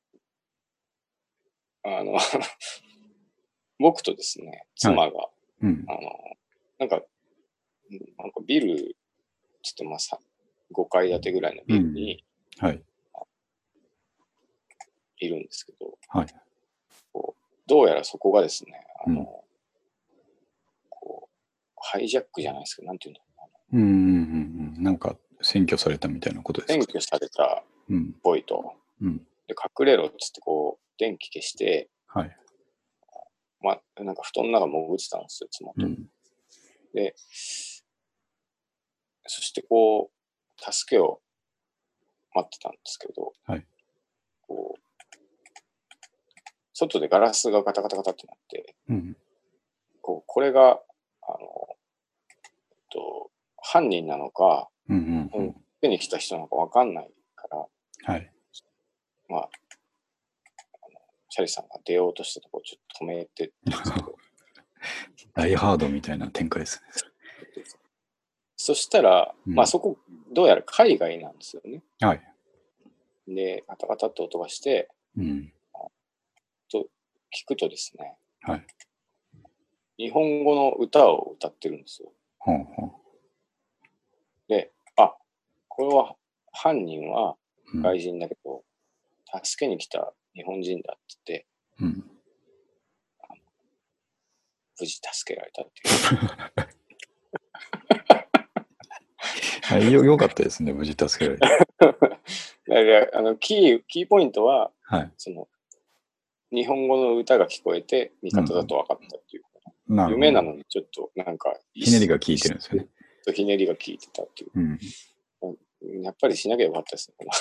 あの、僕とですね、妻が、はいうん、あの、なんか、なんかビル、ちょっとまあさ、ごかい建てぐらいのビルに、うん、はい。いるんですけど、はい。こうどうやらそこがですね、あの、うん、こう、ハイジャックじゃないですか、なんていうんだろうな。うんうんうん。なんか、占拠されたみたいなことですか。 占拠されたっぽいと。うん。で、隠れろっつって、こう、電気消して、はい。まあ、なんか布団の中潜ってたんですよ、妻と。うん、で、そしてこう、助けを待ってたんですけど、はい。こう、外でガラスがガタガタガタってなって、うん、こうこれが、あの、えっと、 犯人なのか、 うんうんうん、 手に来た人なのか分かんないから、 はい。 まあ、あのチャリさんが出ようとしたところをちょっと止めてダイハードみたいな展開ですね。 そしたら、うん、まあそこ、どうやら海外なんですよね。 はい。 で、ガタガタって音がして、 うん、 と聞くとですね、 はい。 日本語の歌を歌ってるんですよ。 ほうほう。 で、あ、これは犯人は外人だけど、うん、助けに来た日本人だって言って、うん、無事助けられたっていう。よ, よかったですね、無事助けられて。 だからあのキーキーポイントは、はい、その日本語の歌が聞こえて味方だと分かったっていう、うん、夢なのにちょっとなんかひねりが効いてるんですよね。 ひねりが効いてたっていう、うん、やっぱりしなきゃよかったですね、この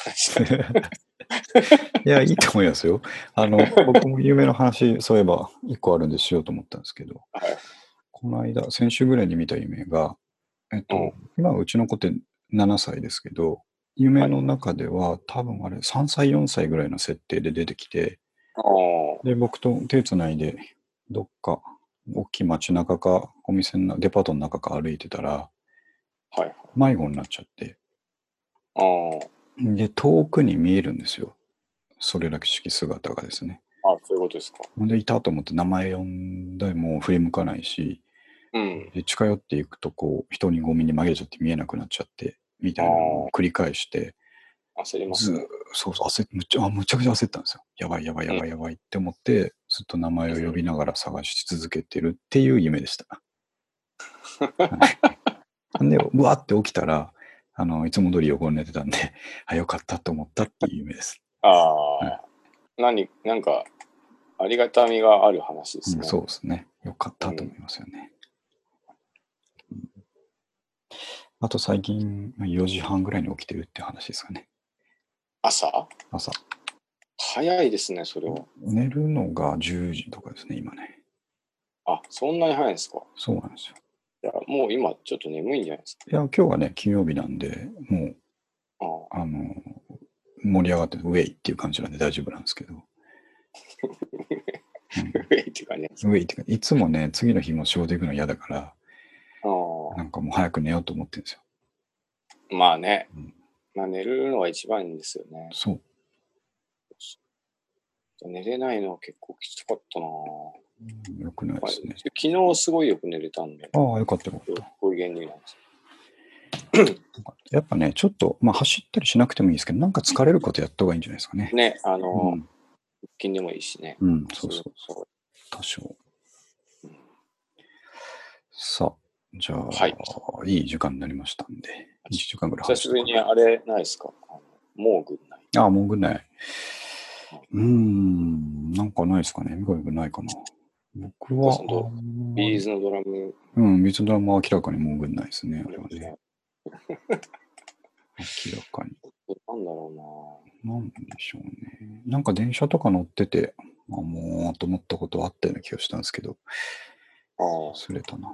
話。いや、いいと思いますよ。あの、僕も夢の話、そういえば一個あるんでしようと思ったんですけど、はい、この間、先週ぐらいに見た夢が、えっと、うん、今うちの子ってななさいですけど、夢の中では、はい、多分あれさんさい、よんさいぐらいの設定で出てきて、で、僕と手つないで、どっか、大きい街中か、お店の、デパートの中か歩いてたら、はい、迷子になっちゃって、で、遠くに見えるんですよ。それらしき姿がですね。 あ、そういうことですか。 で、いたと思って名前呼んでも振り向かないし、うん、で近寄っていくと、こう、人にゴミに紛れちゃって見えなくなっちゃって、みたいなのを繰り返して、 焦りますね。 そうそう、焦むちゃ、むちゃくちゃ焦ったんですよ。やばいやばいやばいやばいって思って、うん、ずっと名前を呼びながら探し続けてるっていう夢でした。はい、で、うわって起きたら、あの、いつも通り横に寝てたんで、あ、よかったと思ったっていう夢です。 ああ、はい、何、なんか、ありがたみがある話ですね。 うん、そうですね。よかったと思いますよね。うん、あと最近よじはんぐらいに起きてるって話ですかね。 朝朝。 早いですね、それは。 寝るのがじゅうじとかですね、今ね。 あ、そんなに早いんですか。 そうなんですよ。 いや、もう今ちょっと眠いんじゃないですか。 いや、今日はね、金曜日なんで、もう、あ, あの、盛り上がってウェイっていう感じなんで大丈夫なんですけど。うん、 ウェイっていうかね。 ウェイっていうか、いつもね、次の日も仕事行くの嫌だから、なんかもう早く寝ようと思ってるんですよ。 まあね。うん、まあ寝るのが一番いいんですよね。 そう。 寝れないのは結構きつかったなぁ。 うん、よくないですね。 昨日すごいよく寝れたんで。 ああ、よかったよかった。 こういう原理なんです。 やっぱね、ちょっと、まあ走ったりしなくてもいいですけど、なんか疲れることやった方がいいんじゃないですかね。 ね、あのー、腹、うん、筋でもいいしね。 うん、そうそうそう。多少。うん、さあ、じゃあ、はい、いい時間になりましたんで、いちじかんぐらい久しぶりにあれないですか？もうぐんない。 ああ、もうぐんない。うーん、なんかないですかね。みかみくないかな。僕は、 ビーズのドラム。 うん、ビーズのドラムは明らかにもうぐんないですね、あれはね。明らかに。 なんだろうな。なんでしょうね。なんか電車とか乗ってて、まあ、もうと思ったことはあったような気がしたんですけど、忘れたな。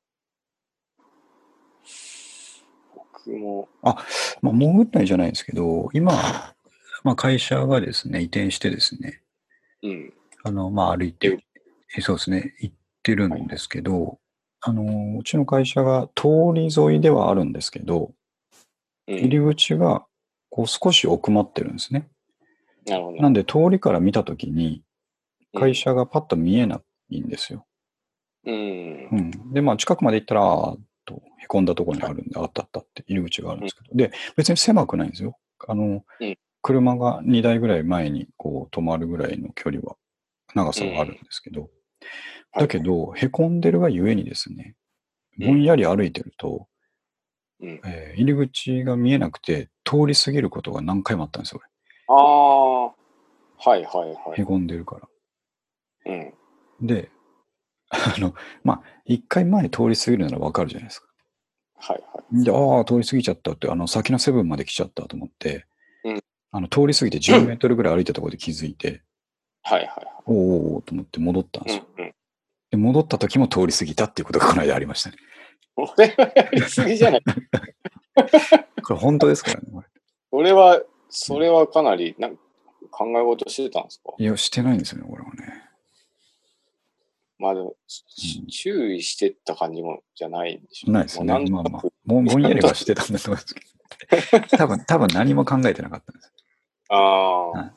僕も。 あ、まあ、もうぐんないじゃないですけど、今、まあ、会社がですね、移転してですね、うん、あの、まあ、歩いて、そうですね、行ってるんですけど、はい、あの、うちの会社が通り沿いではあるんですけど、うん、入り口がこう少し奥まってるんですね。 なるほど。 なんで通りから見たときに、会社がパッと見えないんですよ。うん。うん、で、まあ、近くまで行ったら、あーっと、へこんだところにあるんで、はい、あったあったって入り口があるんですけど、うん、で、別に狭くないんですよ。あの、うん、車がにだいぐらい前にこう止まるぐらいの距離は、長さはあるんですけど、うん、だけど、へこんでるがゆえにですね、ぼんやり歩いてると、うんえー、入り口が見えなくて、通り過ぎることが何回もあったんですよ。 ああ、はいはいはい。 へこんでるから。 うん。 で、あの、まあ、一回前通り過ぎるならわかるじゃないですか。 はいはい。 で、ああ、通り過ぎちゃったって、あの、先のセブンまで来ちゃったと思って、 うん、 あの、通り過ぎてじゅうメートルぐらい歩いたところで気づいて、 はいはいはい。 おーおーと思って戻ったんですよ。うんうん、で、戻った時も通り過ぎたっていうことがこの間ありましたね。 これはやりすぎじゃないこれ本当ですからね。 それは、それはかなりなんか考え事してたんですか？ いや、してないんですよね、これはね。 まあでも、うん、注意してった感じもじゃないんでしょうね。ないですね。まあまあ、ぼんやりはしてたんだと思いますけど。多分、多分何も考えてなかったんです。 ああ、 はい。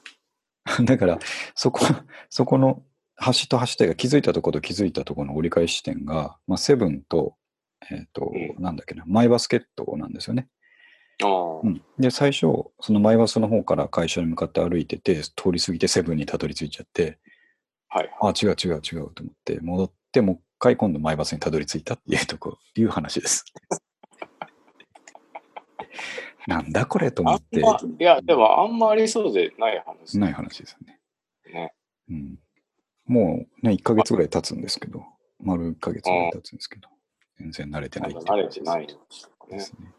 だから、そこ、そこの端と端が気づいたところと気づいたところの折り返し点が、まあ、セブンと、えっ、ー、と、うん、なんだっけな、マイバスケットなんですよね。 あ、 うん、で、最初、そのマイバスの方から会社に向かって歩いてて、通り過ぎてセブンにたどり着いちゃって、 はい、 あ、違う違う違うと思って、戻って、もう一回今度マイバスにたどり着いたっていうところ、いう話です。なんだこれと思って。 いや、でもあんまありそうでない話。 ない話ですよね。 ね。 うん。もうね、いっかげつぐらい経つんですけど、丸いっかげつぐらい経つんですけど、全然慣れてないって慣れてないですね。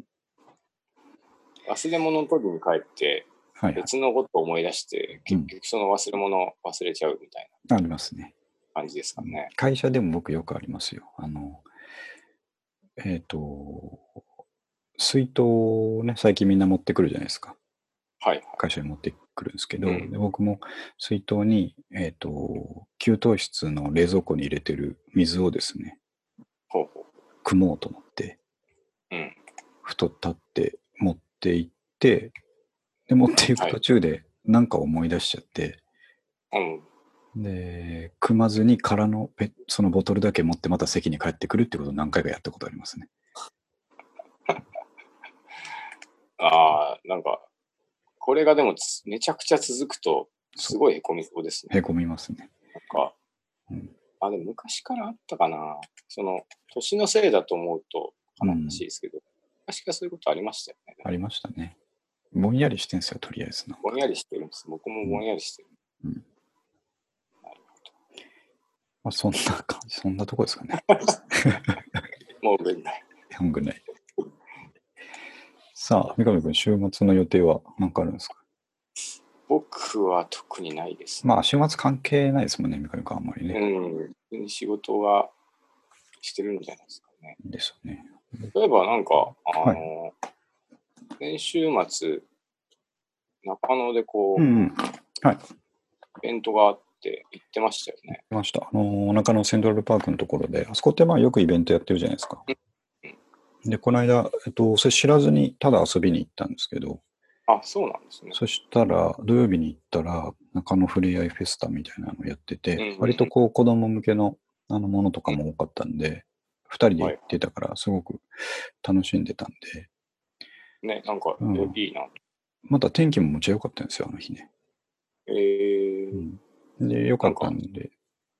忘れ物の時に帰って、別のことを思い出して、はいはい、結局その忘れ物を忘れちゃうみたいな。 ありますね。 感じですかね。 会社でも僕よくありますよ。あの、えっ、ー、と、水筒をね、最近みんな持ってくるじゃないですか。 はい。 会社に持ってくるんですけど、うん、で僕も水筒に、えっ、ー、と、給湯室の冷蔵庫に入れてる水をですね、 ほうほう汲もうと思って、 うん、 ふと立って持って行って、で、持っていく途中で何か思い出しちゃって、 はい、うん、 で、汲まずに空のペそのボトルだけ持ってまた席に帰ってくるってことを何回かやったことありますね。 ああ、なんか、これがでもめちゃくちゃ続くと、すごいへこみそうですね。 へこみますね。 なんか、うん、あ、でも昔からあったかな。その、年のせいだと思うと悲しいですけど、うん、昔からそういうことありましたよね。 ありましたね。ぼんやりしてんすよ、とりあえずの。 ぼんやりしてるんです。僕もぼんやりしてる。うん。うん、なるほど。まあ、そんな感じ、そんなとこですかね。 もうぐんない。 もうぐんない。さあ、三上君、週末の予定は何かあるんですか？ 僕は特にないですね。まあ、週末関係ないですもんね、三上君あんまりね。 うん。仕事がしてるんじゃないですかね。 ですよね。 例えばなんか、あの、はい、先週末、中野でこう、 うんうん、はい。イベントがあって行ってましたよね。 行ってました。あの、中野セントラルパークのところで、あそこってまあよくイベントやってるじゃないですか。うん、で、この間、えっと、それ知らずにただ遊びに行ったんですけど、 あ、そうなんですね。 そしたら、土曜日に行ったら、中野ふれあいフェスタみたいなのをやってて、うんうんうん、割とこう子供向けのあのものとかも多かったんで、ふたりで行ってたから、すごく楽しんでたんで。 ね、なんか、うん、いいな。 また天気もむちゃ良かったんですよ、あの日ね。 えーうん、で、良かったんで。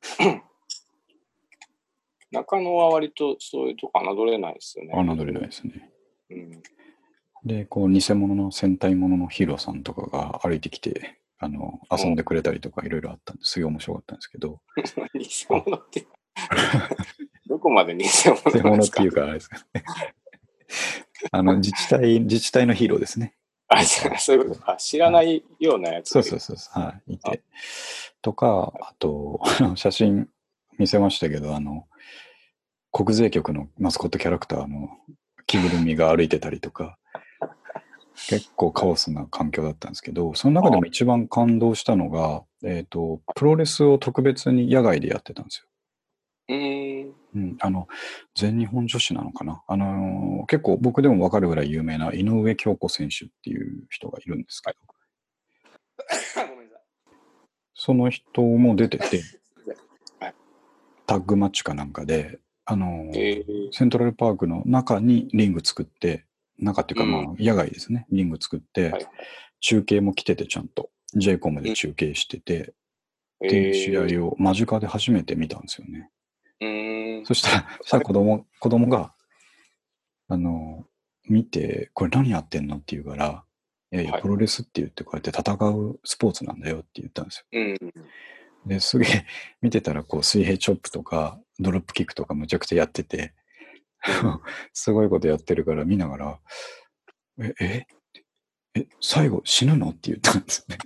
中野は割とそういうとこ侮れないですよね。 侮れないですね。 うん、 で、こう、偽物の戦隊もののヒーローさんとかが歩いてきて、あの、遊んでくれたりとかいろいろあったんですごい面白かったんですけど。 偽物ってどこまで偽物ですか？ 偽物っていうか、あれですかね。あの、自治体、自治体のヒーローですね。 あ、そういうことか。知らないようなやつ。 そうそうそうそう。はい。いて。とか、あと、写真見せましたけど、あの、国税局のマスコットキャラクターの着ぐるみが歩いてたりとか、結構カオスな環境だったんですけど、その中でも一番感動したのが、えっと、プロレスを特別に野外でやってたんですよ。 うーん。 うん、あの、全日本女子なのかな。あのー、結構僕でもわかるぐらい有名な井上京子選手っていう人がいるんですけど、 ごめんなさい。 その人も出てて、タッグマッチかなんかで、あのーえー、セントラルパークの中にリング作って、中っていうかまあ野外ですね、リング作って、はい、中継も来ててちゃんと ジェイコム で中継してて、うん、っていう試合を間近で初めて見たんですよね。 うーん、 そしたら、そしたら子供、子供が、あの、見て、これ何やってんのって言うから、いやいや、プロレスって言ってこうやって戦うスポーツなんだよって言ったんですよ。うん、で、すげえ見てたら、こう、水平チョップとか、ドロップキックとかむちゃくちゃやってて、うん、すごいことやってるから見ながら、え、え、え、最後死ぬのって言ったんですね。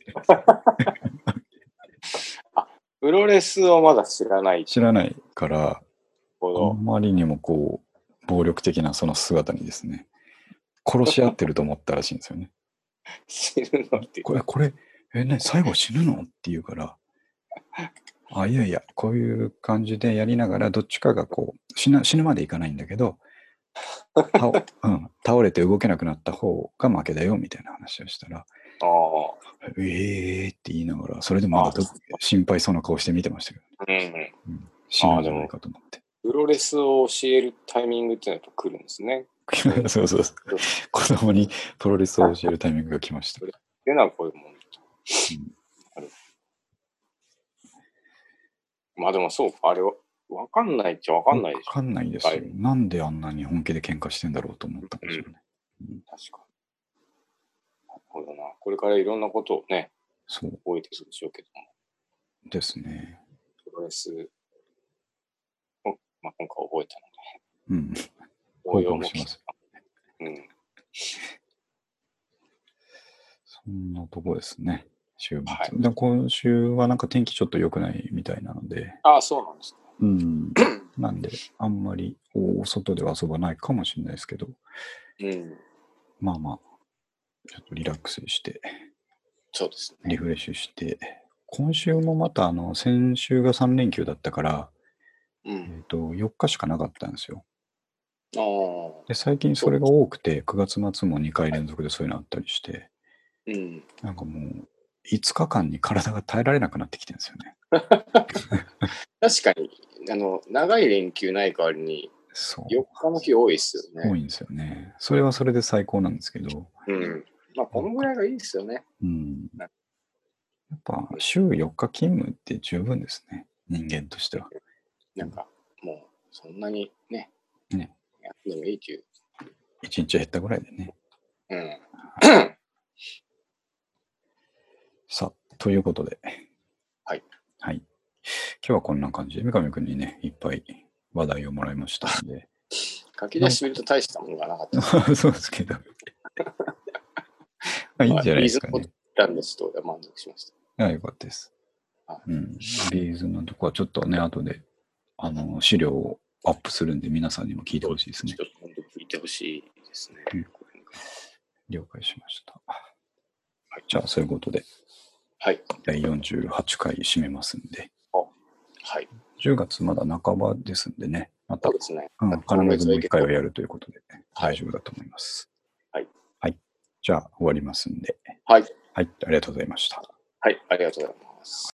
あ、プロレスをまだ知らない。 知らないから、あんまりにもこう、 暴力的なその姿にですね、殺し合ってると思ったらしいんですよね。 死ぬのってこれ、これ、え、ね、最後死ぬのって言うから、あ、いやいや、こういう感じでやりながら、どっちかがこう、死な死ぬまでいかないんだけど、倒うん、倒れて動けなくなった方が負けだよみたいな話をしたら、 ああ。 ええーって言いながら、それでもまだ心配そうな顔して見てましたけど、 ね、 うんうん、死ぬんじゃないかと思って。 プロレスを教えるタイミングっていうのが来るんですね。 そうそうそう。子供にプロレスを教えるタイミングが来ました。 っていうのはこういうもん、うん、まあでもそうか、あれは分かんないっちゃ分かんないでしょ。 分かんないですよ。なんであんなに本気で喧嘩してんだろうと思ったんですよね。 うんうん、確かに。なるほどな。これからいろんなことをね、 そう覚えていくでしょうけども。 ですね。 プロレスを、まあ、今回覚えたので。うん。報告します。うん。そんなとこですね。週末。はい、で今週はなんか天気ちょっと良くないみたいなので。 ああ、そうなんですか。 うん。なんで、あんまりお外では遊ばないかもしれないですけど。 うん。 まあまあ、ちょっとリラックスして。 そうですね。 リフレッシュして。今週もまた、あの、先週がさん連休だったから、うん、えっと、よっかしかなかったんですよ。 あで、最近それが多くて、くがつ末もにかい連続でそういうのあったりして、うん、なんかもう、いつかかんに体が耐えられなくなってきてるんですよね。 確かに、あの、長い連休ない代わりに、よっかの日多いですよね。 多いんですよね。それはそれで最高なんですけど。 うん。まあ、このぐらいがいいですよね。 うん。やっぱ、週よっか勤務って十分ですね。人間としては。 なんか、もう、そんなにね、 ね。 やってもいいという。 一日減ったぐらいでね。 うん。 さあ、ということで。 はい。 はい。今日はこんな感じで、三上君にね、いっぱい話題をもらいましたので。 書き出してみると大したものがなかった。 そうですけど。まあいいんじゃないですかね。 ビーズのランドストーリー満足しました。 ああ、よかったです。うん。ビーズのとこはちょっとね、後で、あの、資料をアップするんで、皆さんにも聞いてほしいですね。 ちょっと今度聞いてほしいですね。うん、 了解しました。はい、じゃあ、そういうことで、 はい。 だいよんじゅうはちかい締めますんで。 はい。 じゅうがつまだ半ばですんでね、また、 そうですね。 うん、必ずもういっかいはやるということで、ね、大丈夫だと思います。 はい。 はい。じゃあ、終わりますんで。 はい。 はい。ありがとうございました。 はい。ありがとうございます。